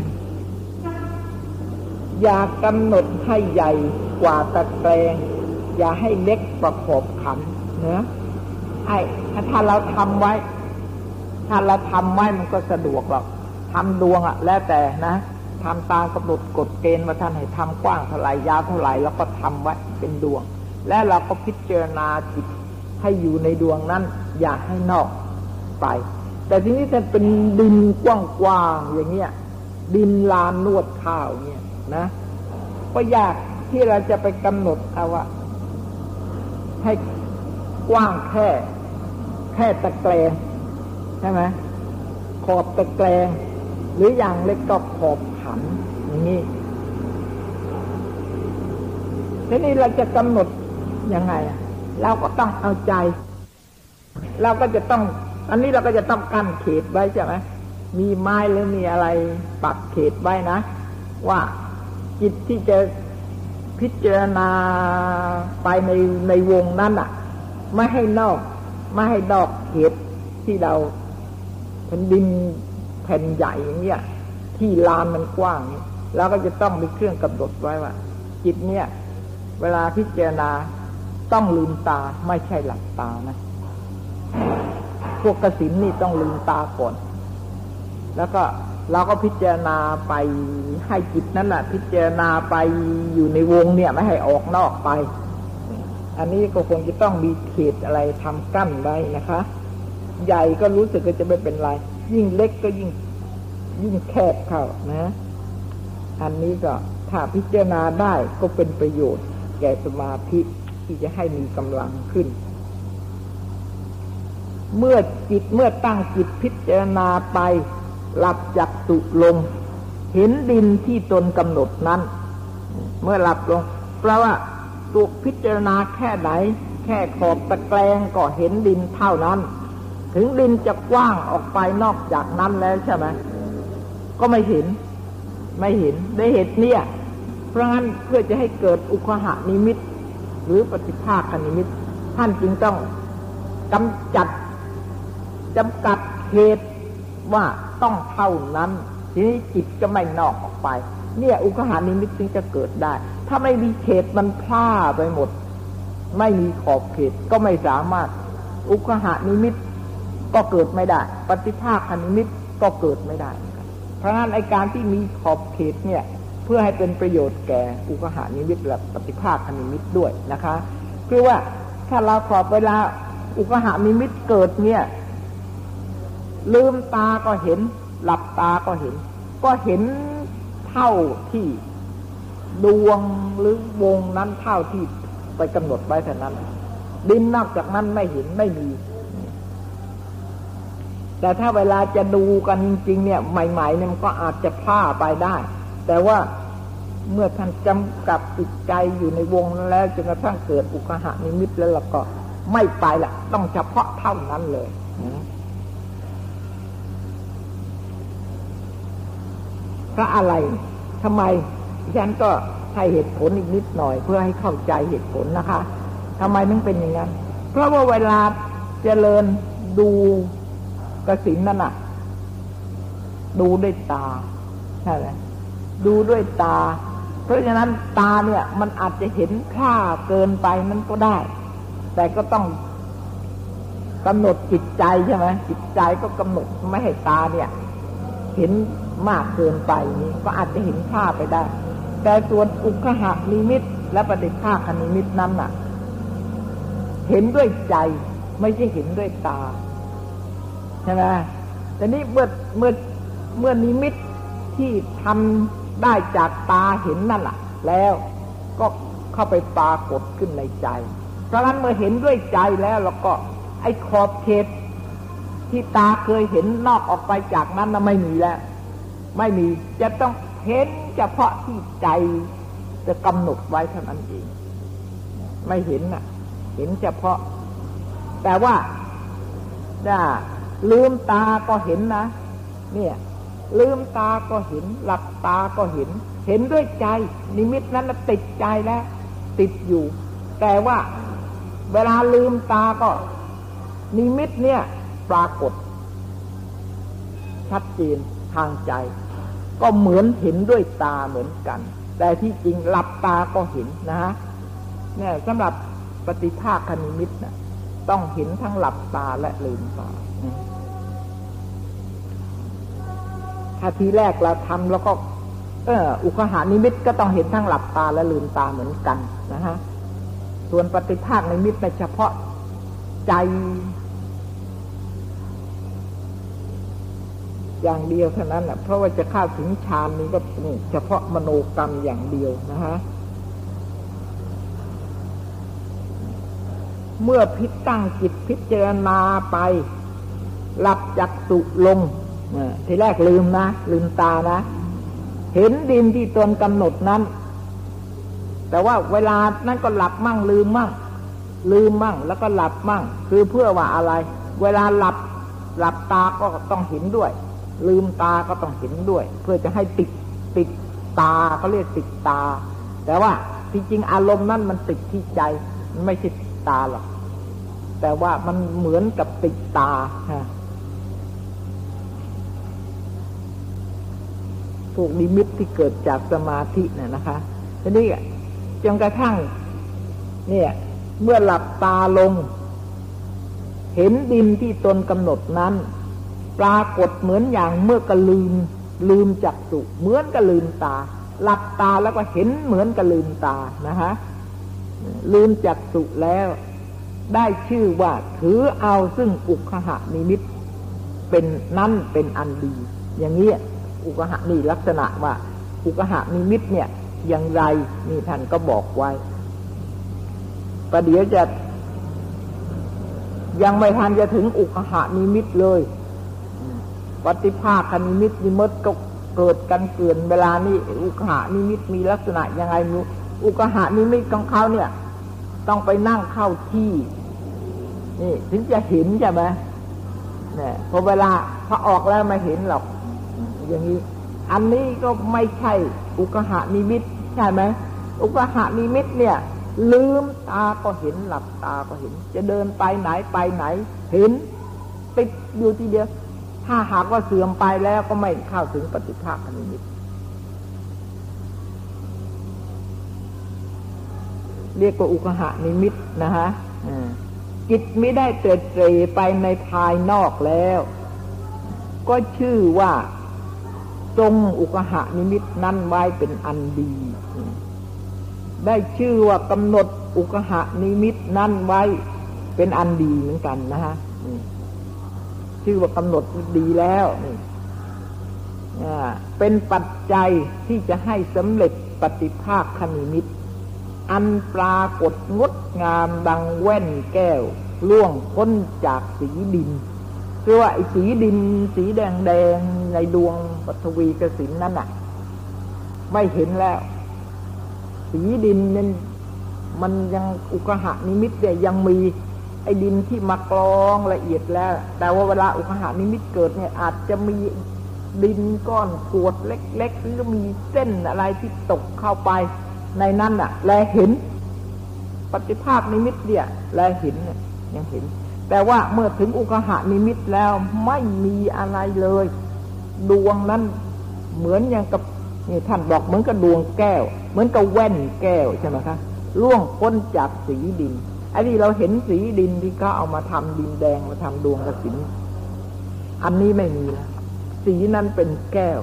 [SPEAKER 2] อย่ากำหนดให้ใหญ่กว่าตะแกรงอย่าให้เล็กกว่าขอบขันนะถ้าเราทำไว้ถ้าเราทำไว้มันก็สะดวกหรอกทำดวงแล้วแต่นะทำตามกำหนดกฎเกณฑ์ว่าท่านให้ทำกว้างเท่าไหร่ยาวเท่าไหร่แล้วก็ทำไว้เป็นดวงและเราก็พิจารณาจิตให้อยู่ในดวงนั้นอย่าให้นอกไปแต่ทีนี้ถ้าเป็นดินกว้างๆอย่างเงี้ยดินลานนวดข้าวเนี่ยนะก็ยากที่เราจะไปกำหนดเอาว่าให้กว้างแค่ตะแกรงใช่ไหมขอบตะแกรงหรืออย่างเล็กก็ขอบขันอย่างนี้ทีนี้เราจะกำหนดยังไงเราก็ต้องเอาใจเราก็จะต้องอันนี้เราก็จะต้องกั้นเขตไว้ใช่ไหมมีไม้หรือมีอะไรปักเขตไว้นะว่าจิตที่จะพิจารณาไปในวงนั้นอ่ะไม่ให้นอกเขตที่เราเป็นดินแผ่นใหญ่อย่างเงี้ยที่ลานมันกว้างเราก็จะต้องมีเครื่องกำหนดไว้ว่าจิตเนี่ยเวลาพิจารณาต้องลืมตาไม่ใช่หลับตานะพวกกสิณนี่ต้องลืมตาก่อนแล้วก็เราก็พิจารณาไปให้จิตนั้นน่ะพิจารณาไปอยู่ในวงเนี่ยไม่ให้ออกนอกไปอันนี้ก็คงจะต้องมีเขตอะไรทำกั้นไว้นะคะใหญ่ก็รู้สึกก็จะไม่เป็นไรยิ่งเล็กก็ยิ่งแคบเข้านะอันนี้ก็ถ้าพิจารณาได้ก็เป็นประโยชน์แก่สมาธิที่จะให้มีกำลังขึ้นเมื่อตั้งจิตพิจารณาไปหลับจักษุลงเห็นดินที่ตนกำหนดนั้นเมื่อหลับลงแปลว่าตัวพิจารณาแค่ไหนแค่ขอบตะแกรงก็เห็นดินเท่านั้นถึงดินจะกว้างออกไปนอกจากนั้นแล้วใช่ไหมก็ไม่เห็นได้เหตุเนี่ยเพราะงั้นเพื่อจะให้เกิดอุคหนิมิตหรือปฏิภาคนิมิตท่านจึงต้องจำกัดเขตว่าต้องเท่านั้นทีนี้จิตก็ไม่นอกออกไปเนี่ยอุคหนิมิตจึงจะเกิดได้ถ้าไม่มีเขตมันพร่าไปหมดไม่มีขอบเขตก็ไม่สามารถอุคหนิมิตก็เกิดไม่ได้ปฏิภาคนิมิตก็เกิดไม่ได้เพราะงั้นไอ้การที่มีขอบเขตเนี่ยเพื่อให้เป็นประโยชน์แก่อุคหนิมิตและปฏิภาคนิมิตด้วยนะคะคือว่าถ้าเราขอบเวลาอุคหนิมิตเกิดเนี่ยลืมตาก็เห็นหลับตาก็เห็นเท่าที่ดวงหรือวงนั้นเท่าที่ไปกำหนดไว้เท่านั้นดินนอกจากนั้นไม่เห็นไม่มีแต่ถ้าเวลาจะดูกันจริงๆเนี่ยใหม่ๆเนี่ยมันก็อาจจะพลาดไปได้แต่ว่าเมื่อท่านจำกับจิตใจอยู่ในวงนั้นแล้วจนกระทั่งเกิดอุคหนิมิตแล้วเราก็ไม่ไปละต้องเฉพาะเท่านั้นเลยเพราะอะไรทำไมฉันก็ให้เหตุผลอีกนิดหน่อยเพื่อให้เข้าใจเหตุผลนะคะทำไมถึงเป็นอย่างนั้นเพราะว่าเวลาเจริญดูกสิณนั่นน่ะดูด้วยตาใช่ไหมดูด้วยตาเพราะฉะนั้นตาเนี่ยมันอาจจะเห็นค่าเกินไปมันก็ได้แต่ก็ต้องกำหนดจิตใจใช่ไหมจิตใจก็กำหนดไม่ให้ตาเนี่ยเห็นมากเกินไปนี่ก็อาจจะเห็นค่าไปได้แต่ส่วนอุคหนิมิตและปฏิภาคนิมิตนั้นน่ะเห็นด้วยใจไม่ใช่เห็นด้วยตาใช่ไหมแต่นี้เมื่อนิมิตที่ทำได้จากตาเห็นนั่นแหละแล้วก็เข้าไปปรากฏขึ้นในใจเพราะฉะนั้นเมื่อเห็นด้วยใจแล้วเราก็ไอ้ขอบเขตที่ตาเคยเห็นนอกออกไปจากนั้นน่ะไม่มีแล้วไม่มีจะต้องเห็นเฉพาะที่ใจจะกำหนดไว้เท่านั้นเองไม่เห็นน่ะเห็นเฉพาะแต่ว่าถ้าลืมตาก็เห็นนะเนี่ยลืมตาก็เห็นหลับตาก็เห็นด้วยใจนิมิตนั้นติดใจแล้วติดอยู่แต่ว่าเวลาลืมตาก็นิมิตเนี่ยปรากฏชัดเจนทางใจก็เหมือนเห็นด้วยตาเหมือนกันแต่ที่จริงหลับตาก็เห็นนะฮะเนี่ยสำหรับปฏิภาคนิมิตนะต้องเห็นทั้งหลับตาและลืมตาถ้าทีแรกเราทำแล้วก็อุคหานิมิตก็ต้องเห็นทั้งหลับตาและลืมตาเหมือนกันนะฮะส่วนปฏิภาคนิมิตในเฉพาะใจอย่างเดียวเท่านั้นแหละเพราะว่าจะเข้าถึงฌานนี้ก็เฉพาะมโนกรรมอย่างเดียวนะฮะเมื่อพิจตั้งจิตพิจารณาไปหลับจักษุลงทีแรกลืมนะลืมตานะเห็นดินที่ตนกำหนดนั้นแต่ว่าเวลานั้นก็หลับมั่งลืมมั่งแล้วก็หลับมั่งคือเพื่อว่าอะไรเวลาหลับตาก็ต้องเห็นด้วยลืมตาก็ต้องเห็นด้วยเพื่อจะให้ติดตาเขาเรียกติดตาแต่ว่าจริงๆอารมณ์นั้นมันติดที่ใจมันไม่ใช่ตาหรอกแต่ว่ามันเหมือนกับติดตาพวกนิมิตที่เกิดจากสมาธิเนี่ยนะคะทีนี้จนกระทั่งเนี่ยเมื่อหลับตาลงเห็นดินที่ตนกำหนดนั้นปรากฏเหมือนอย่างเมื่อกลืมจักษุเหมือนกับลืมตาหลับตาแล้วก็เห็นเหมือนกับลืมตานะฮะลืมจักษุแล้วได้ชื่อว่าถือเอาซึ่งอุคหนิมิตเป็นนั้นเป็นอันดีอย่างนี้อุคหนี่ลักษณะว่าอุคหนิมิตเนี่ยอย่างไรนี่ท่านก็บอกไว้ประเดี๋ยวจะยังไม่ทันจะถึงอุคหนิมิตเลยปฏิภาคนิมิตนิมิตก็เกิดกันเกลื่อนเวลานี้อุคหนิมิตมีลักษณะยังไงอุคหนิมิตของเขาเนี่ยต้องไปนั่งเข้าที่นี่ถึงจะเห็นใช่ไหมเนี่ยพอเวลาพอออกแล้วไม่เห็นหรอกอย่างนี้อันนี้ก็ไม่ใช่อุคหนิมิตใช่ไหมอุคหนิมิตเนี่ยลืมตาก็เห็นหลับตาก็เห็นจะเดินไปไหนเห็นติดอยู่ทีเดียวถ้าหากว่าเสื่อมไปแล้วก็ไม่เข้าถึงปฏิภาคนิมิตเรียกว่าอุคหนิมิตนะฮะจิตไม่ได้เตร่ไปในภายนอกแล้วก็ชื่อว่าทรงอุคหนิมิตนั้นไว้เป็นอันดีได้ชื่อว่ากำหนดอุคหนิมิตนั้นไว้เป็นอันดีเหมือนกันนะฮะชื่อว่ากำหนดดีแล้วนี่เป็นปัจจัยที่จะให้สำเร็จปฏิภาคนิมิตอันปรากฏงดงามดังแว่นแก้วล่วงพ้นจากสีดินคือว่าไอ้สีดินสีแดงในดวงปฐวีกสิณนั้นน่ะไม่เห็นแล้วสีดินนั้นมันยังอุกหนิมิตเนี่ยยังมีไอ้ดินที่มากรองละเอียดแล้วแต่ว่าเวลาอุกหนิมิตเกิดเนี่ยอาจจะมีดินก้อนกรวดเล็กๆหรือมีเส้นอะไรที่ตกเข้าไปในนั้นน่ะแลเห็นปฏิภาคนิมิตเนี่ยแลเห็นเนี่ยยังเห็นแต่ว่าเมื่อถึงอุคหนิมิตแล้วไม่มีอะไรเลยดวงนั้นเหมือนอย่างกับนี่ท่านบอกเหมือนกับดวงแก้วเหมือนกับแว่นแก้วใช่ไหมคะล่วงพ้นจากสีดินไอ้ที่เราเห็นสีดินที่เขาเอามาทำดินแดงมาทำดวงกสิณอันนี้ไม่มีแล้วสีนั้นเป็นแก้ว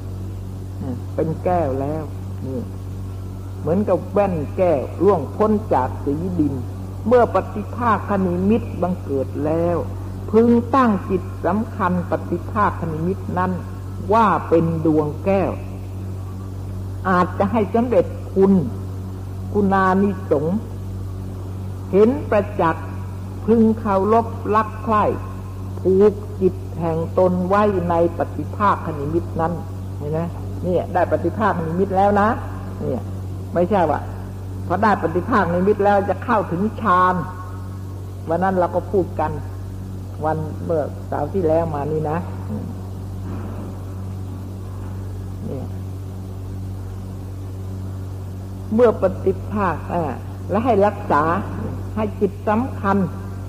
[SPEAKER 2] แล้วนี่เหมือนกับแว่นแก้วล่วงพ้นจากสีดินเมื่อปฏิภาคนิมิตบังเกิดแล้วพึงตั้งจิตสำคัญปฏิภาคนิมิตนั้นว่าเป็นดวงแก้วอาจจะให้สำเร็จคุณานิสงส์เห็นประจักษ์พึงเคารพรักใคร่ผูกจิตแห่งตนไว้ในปฏิภาคนิมิตนั้นเห็นไหมเนี่ยได้ปฏิภาคนิมิตแล้วนะเนี่ยไม่ใช่ว่าพอได้ปฏิภาคนิมิตแล้วจะเข้าถึงฌานวันนั้นเราก็พูดกันวันเมื่อเสาร์ที่แล้วมานี่นะเนี่ยเมื่อปฏิภาคและให้รักษาให้จิตสำคัญ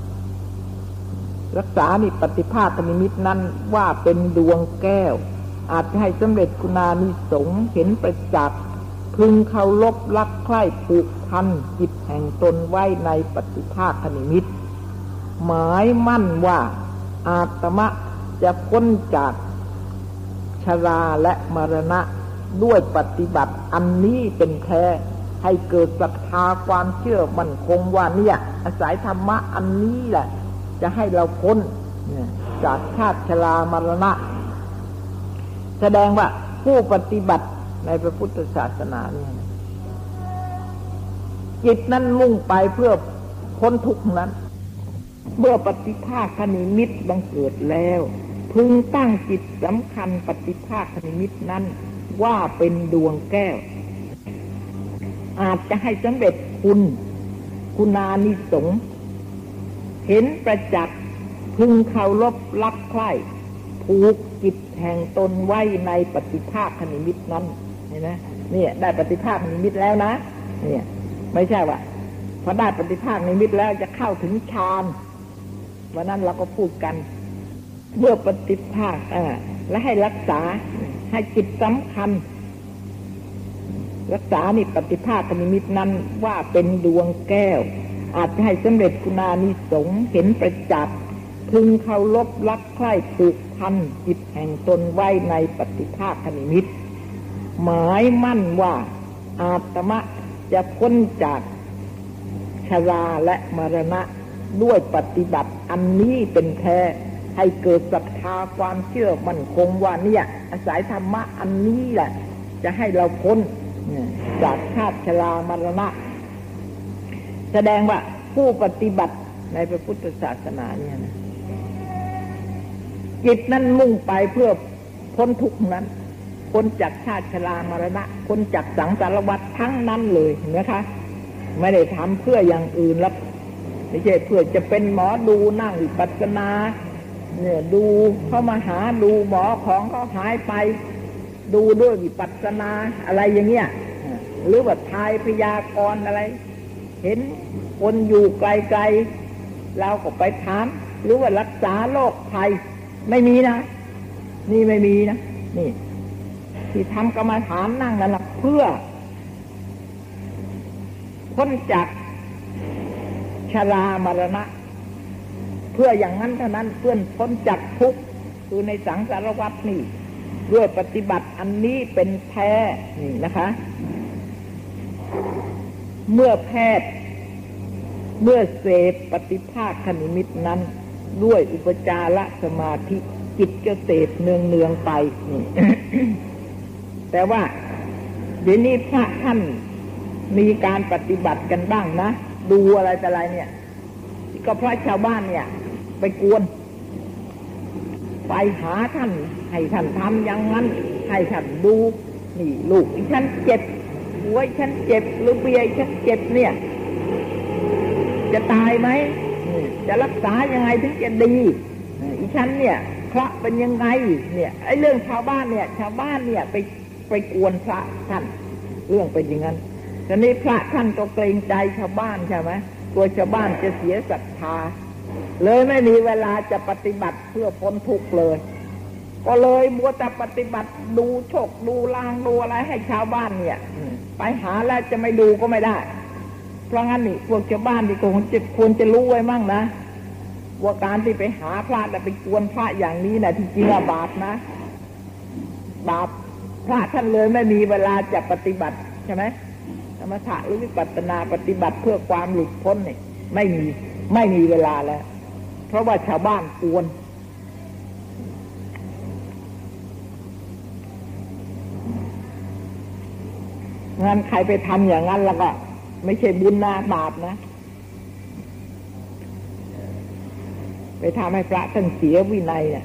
[SPEAKER 2] รักษานี่ปฏิภาคนิมิตนั้นว่าเป็นดวงแก้วอาจจะให้สำเร็จคุณานิสงส์เห็นประจักษ์พึงเคารพรักใคร่ผูกพันจิตแห่งตนไว้ในปฏิภาคนิมิตหมายมั่นว่าอาตมะจะพ้นจากชราและมรณะด้วยปฏิบัติอันนี้เป็นแท้ให้เกิดศรัทธาความเชื่อมั่นคงว่าเนี่ยอาศัยธรรมะอันนี้แหละจะให้เราพ้นจากชาติชรามรณะแสดงว่าผู้ปฏิบัติในพระพุทธศาสนาเนี่ยจิตนั้นมุ่งไปเพื่อพ้นทุกข์นั้นเมื่อปฏิภาคนิมิตบังเกิดแล้วพึงตั้งจิตสำคัญปฏิภาคนิมิตนั้นว่าเป็นดวงแก้วอาจจะให้สำเร็จคุณานิสงส์เห็นประจักษ์พึงเคารพรักใคร่ผูกจิตแห่งตนไว้ในปฏิภาคนิมิตนั้นเห็นไหมเนี่ยได้ปฏิภาคนิมิตแล้วนะเนี่ยไม่ใช่ว่าพอได้ปฏิภาคนิมิตแล้วจะเข้าถึงฌานวันนั้นเราก็พูดกันเมื่อปฏิภาคและให้รักษาให้จิตสำคัญรักษานี่ปฏิภาคนิมิตนั้นว่าเป็นดวงแก้วอาจจะให้สำเร็จคุณานิสงส์เห็นประจักษ์พึงเคารพรักใคร่ผูกพันจิตแห่งตนไว้ในปฏิภาคนิมิตหมายมั่นว่าอาตมะจะพ้นจากชราและมรณะด้วยปฏิบัติอันนี้เป็นแท้ให้เกิดศรัทธาความเชื่อมั่นคงว่าเนี่ยอาศัยธรรมะอันนี้แหละจะให้เราพ้นจากชาติชรามรณะแสดงว่าผู้ปฏิบัติในพระพุทธศาสนาเนี่ยนะจิตนั้นมุ่งไปเพื่อพ้นทุกข์นั้นพ้นจากชาติชรามรณะพ้นจากสังสารวัฏทั้งนั้นเลยเห็นไหมคะไม่ได้ทำเพื่ออย่างอื่นแล้วไม่ใช่เพื่อจะเป็นหมอดูนั่งวิปัสสนาเนี่ยดูเข้ามาหาดูหมอของเขาหายไปดูด้วยวิปัสสนาอะไรอย่างเงี้ยหรือว่าทายพยากรณ์อะไรเห็นคนอยู่ไกลๆเราก็ไปถามหรือว่ารักษาโรคภัยไม่มีนะนี่ไม่มีนะนี่ที่ทำกรรมฐานนั่งนั่นแหละเพื่อพ้นจากชรามรณะเพื่ออย่างนั้นเท่านั้นเพื่อพ้นจากทุกข์คือในสังสารวัฏนี่ด้วยปฏิบัติอันนี้เป็นแท้นี่นะคะเมื่อแพทย์เมื่อเสพปฏิภาคนิมิตนั้นด้วยอุปจารสมาธิจิตก็เสพเนืองไปนี่ แต่ว่าเดี๋ยวนี้พระท่านมีการปฏิบัติกันบ้างนะดูอะไรแต่อะไรเนี่ยก็เพราะชาวบ้านเนี่ยไปกวนไปหาท่านให้ท่านทำอย่างนั้นให้ท่านดูนี่ลูกอีฉันเจ็บหัวฉันเจ็บหรือเบียฉันเจ็บเนี่ยจะตายไหมจะรักษายังไงถึงจะดีอีฉันเนี่ยพระเป็นยังไงเนี่ยไอ้เรื่องชาวบ้านเนี่ยชาวบ้านเนี่ยไปกวนพระท่านเรื่องเป็นอย่างนั้นแต่นี้พระท่านก็เกรงใจชาวบ้านใช่ไหมกลัวชาวบ้านจะเสียศรัทธาเลยไม่มีเวลาจะปฏิบัติเพื่อพ้นทุกข์เลยก็เลยมัวแต่ปฏิบัติดูโชคดูลางดูอะไรให้ชาวบ้านเนี่ยไปหาแล้วจะไม่ดูก็ไม่ได้เพราะงั้นนี่พวกชาวบ้านที่ควรจะรู้ไว้มั่งนะว่าการที่ไปหาพระแต่ไปกวนพระอย่างนี้นะที่จริงว่าบาปนะบาปพระท่านเลยไม่มีเวลาจะปฏิบัติใช่ไหมสมถะหรือวิปัสสนาปฏิบัติเพื่อความหลุดพ้นนี่ไม่มีเวลาแล้วเพราะว่าชาวบ้านกวนงั้นใครไปทำอย่างนั้นแล้วก็ไม่ใช่บุญนะบาปนะไปทำให้พระท่านเสียวินัยเนี่ย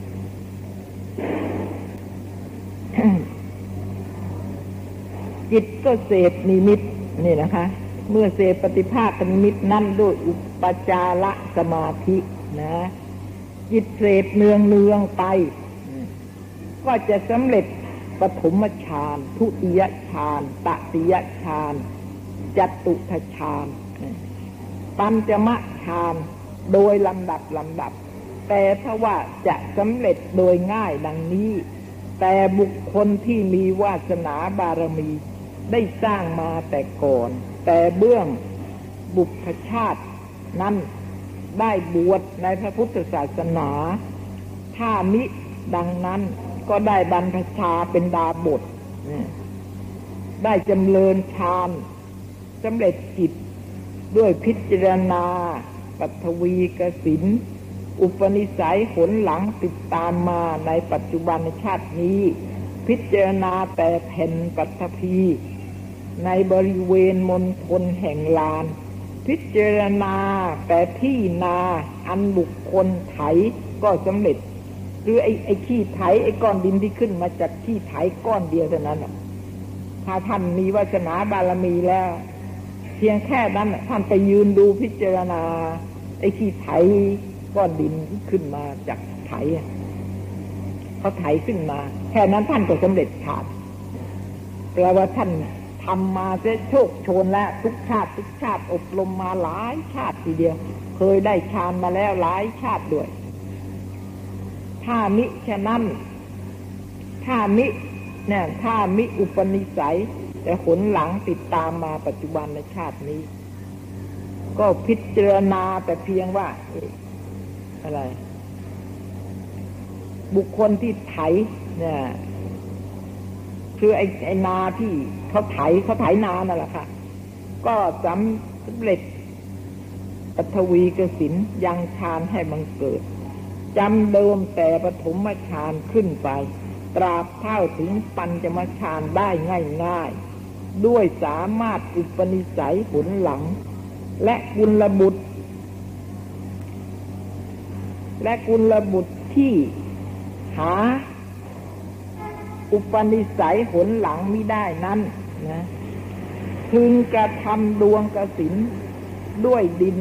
[SPEAKER 2] จิตก็เสพนิมิตนี่นะคะเมื่อเสพปฏิภาคนิมิตนั่นด้วยอุปจารสมาธินะจิตเสพเนืองไปก็จะสำเร็จปฐมฌานทุติยฌานตติยฌานจตุตฌานปัญจมฌานโดยลำดับแต่ถ้าว่าจะสำเร็จโดยง่ายดังนี้แต่บุคคลที่มีวาสนาบารมีได้สร้างมาแต่ก่อนแต่เบื้องบุพชาตินั้นได้บวชในพระพุทธศาสนาถ้ามิดังนั้นก็ได้บรรพชาเป็นดาบทได้จำเริญฌานสำเร็จจิตด้วยพิจารณาปัทวีกสิณอุปนิสัยผลหลังติดตามมาในปัจจุบันชาตินี้พิจารณาแต่แผ่นปัทภีในบริเวณมณฑลแห่งลานพิจารณาแต่ที่นาอันบุคคลไถก็สำเร็จคือไอ้ขี้ไถไอ้ก้อนดินที่ขึ้นมาจากขี้ไถก้อนเดียวเท่านั้นถ้าท่านมีวาสนาบารมีแล้วเพียงแค่นั้นท่านไปยืนดูพิจารณาไอ้ขี้ไถก้อนดินที่ขึ้นมาจากไถเขาไถขึ้นมาแค่นั้นท่านก็สำเร็จฌานแปลว่าท่านทำมาจะโชคโชนแล้วทุกชาติอบรมมาหลายชาติทีเดียวเคยได้ฌานมาแล้วหลายชาติด้วยถ้ามิฉะนั้นถ้ามิอุปนิสัยแต่ผลหลังติดตามมาปัจจุบันในชาตินี้ก็พิจารณาแต่เพียงว่าอะไรบุคคลที่ไถเนี่ยคือไอ้นาที่เขาไถนานั่นแหละค่ะก็สำเร็จปัทวีกสิณยังฌานให้บังเกิดจำเดิมแต่ปฐมฌานขึ้นไปตราบเท่าถึงปัญจมฌานได้ง่ายๆด้วยสามารถอุปนิสัยผลหลังและกุลบุตรที่หาอุปนิสัยผลหลังไม่ได้นั้นนะพึงกระทำดวงกสิณด้วยดิน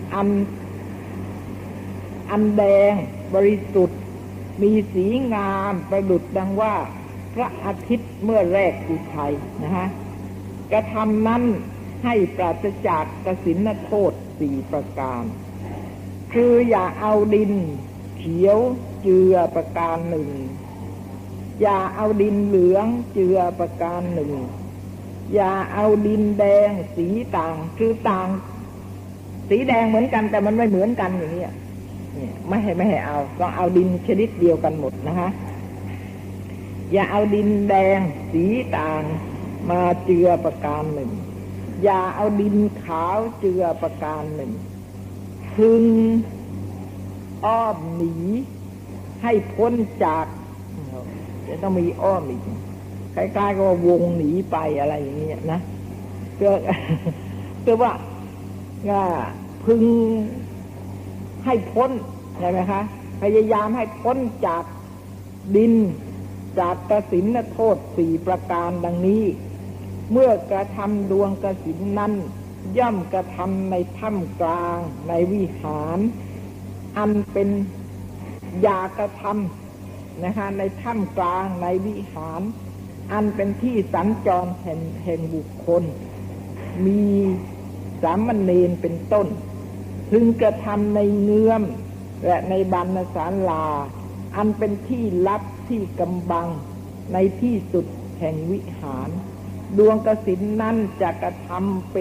[SPEAKER 2] อันแดงบริสุทธิ์มีสีงามประดุจดังว่าพระอาทิตย์เมื่อแรกอุทัยนะฮะกระทำนั้นให้ปราศจากกสิณโทษ4ประการคืออย่าเอาดินเขียวเจือประการหนึ่งอย่าเอาดินเหลืองเจือประการหนึ่งอย่าเอาดินแดงสีต่างคือต่างสีแดงเหมือนกันแต่มันไม่เหมือนกันอย่างนี้ไม่ให้เอาต้องเอาดินชนิดเดียวกันหมดนะฮะอย่าเอาดินแดงสีต่างมาเจือประการหนึ่งอย่าเอาดินขาวเจือประการหนึ่งพึงอ้อมหนีให้พ้นจากจะต้องมีอ้อมอีกคล้ายๆกับวงหนีไปอะไรอย่างเงี้ยนะก็ว่าพึงให้พ้นใช่ไหมคะพยายามให้พ้นจากดินจากกสิณโทษ4ประการดังนี้เมื่อกระทำดวงกสิณนั้นย่อมกระทำในถ้ำกลางในวิหารอันเป็นอย่ากระทำนะคะในถ้ำกลางในวิหารอันเป็นที่สัญจรแห่งบุคคลมีสามเณรเป็นต้นพึงกระทำในเงื้อมและในบรรณศาลาอันเป็นที่ลับที่กำบังในที่สุดแห่งวิหารดวงกสิณนั้นจะกระทำ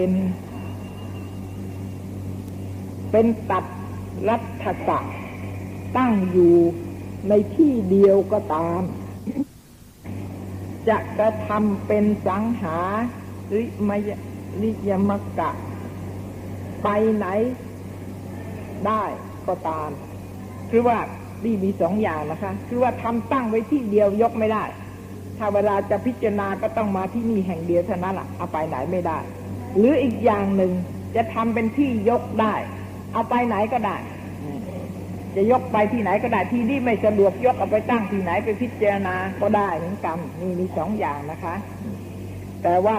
[SPEAKER 2] เป็นตัดรัฐกะตั้งอยู่ในที่เดียวก็ตามจะกระทำเป็นสังหาริยมกะไปไหนได้ก็ตามคือว่านี่มี2อย่างนะคะคือว่าทำตั้งไว้ที่เดียวยกไม่ได้ถ้าเวลาจะพิจารณาก็ต้องมาที่นี่แห่งเดียวเท่านั้นล่ะเอาไปไหนไม่ได้หรืออีกอย่างหนึ่งจะทำเป็นที่ยกได้เอาไปไหนก็ได้จะยกไปที่ไหนก็ได้ที่นี่ไม่สะดวกยกเอาไปตั้งที่ไหนไปพิจารณาก็ได้เหมือนกันนี่มี2อย่างนะคะแต่ว่า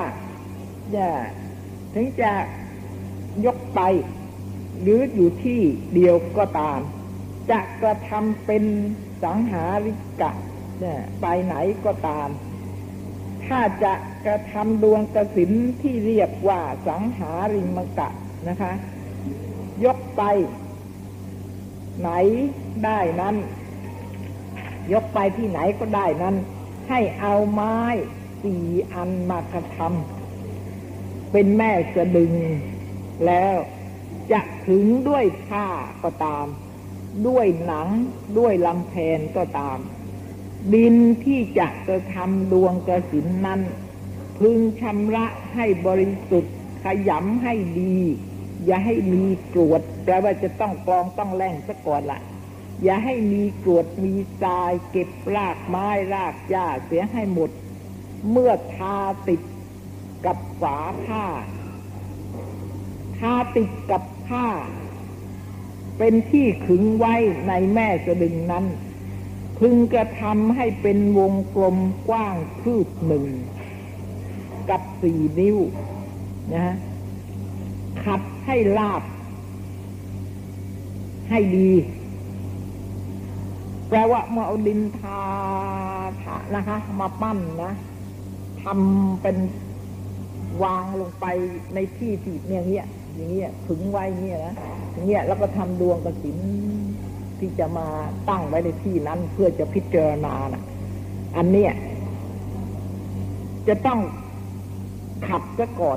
[SPEAKER 2] ถึงจะยกไปหรืออยู่ที่เดียวก็ตามจะกระทำเป็นสังหาริกะไปไหนก็ตามถ้าจะกระทำดวงกสิณที่เรียกว่าสังหาริมกะนะคะยกไปไหนได้นั้นยกไปที่ไหนก็ได้นั้นให้เอาไม้4 อันมากระทำเป็นแม่สะดึงแล้วจะขึงด้วยผ้าก็ตามด้วยหนังด้วยลำแพนก็ตามดินที่จะกระทำดวงกสิณนั้นพึงชำระให้บริสุทธิ์ขยำให้ดีอย่าให้มีกรวดแปลว่าจะต้องกรองต้องแล่งซะก่อนละอย่าให้มีกรวดมีทรายเก็บรากไม้รากหญ้าเสียให้หมดเมื่อทาติดกับฝาผ้าทาติดกับผ้าเป็นที่ขึงไว้ในแม่สะดึงนั้นพึงกระทำให้เป็นวงกลมกว้างคืบหนึ่งกับ4 นิ้วนะขัดให้ลาบให้ดีแปลว่าเมื่อเอาดินทานะคะมาปั้นนะทำเป็นวางลงไปในที่เนี่ยอย่างเงี้ยขึงไว้เนี่ยนะอย่างเงี้ยแล้วก็ทำดวงกสิณที่จะมาตั้งไว้ในที่นั้นเพื่อจะพิจารณานะอันเนี้ยจะต้องขัดซะก่อน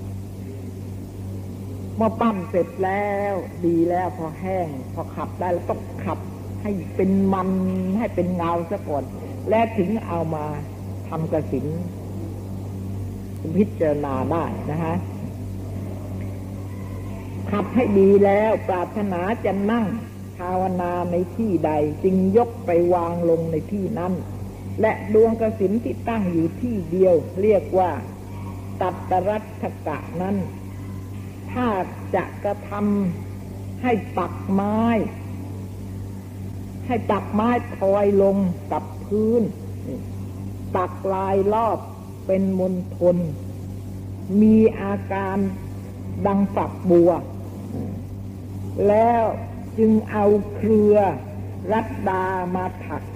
[SPEAKER 2] เมื่อปั้นเสร็จแล้วดีแล้วพอแห้งพอขัดได้แล้วต้องขัดให้เป็นมันให้เป็นเงาซะก่อนแล้วถึงเอามาทำกสิณพิจารณาได้นะฮะขัดให้ดีแล้วปรารถนาจะนั่งภาวนาในที่ใดจึงยกไปวางลงในที่นั้นและดวงกสิณที่ตั้งอยู่ที่เดียวเรียกว่าตัตตรัตถกะนั้นถ้าจะกระทำให้ปักไม้ทอยลงกับพื้นปักลายรอบเป็นมณฑลมีอาการดังฝักบัวแล้วจึงเอาเครือรัตดามาถัก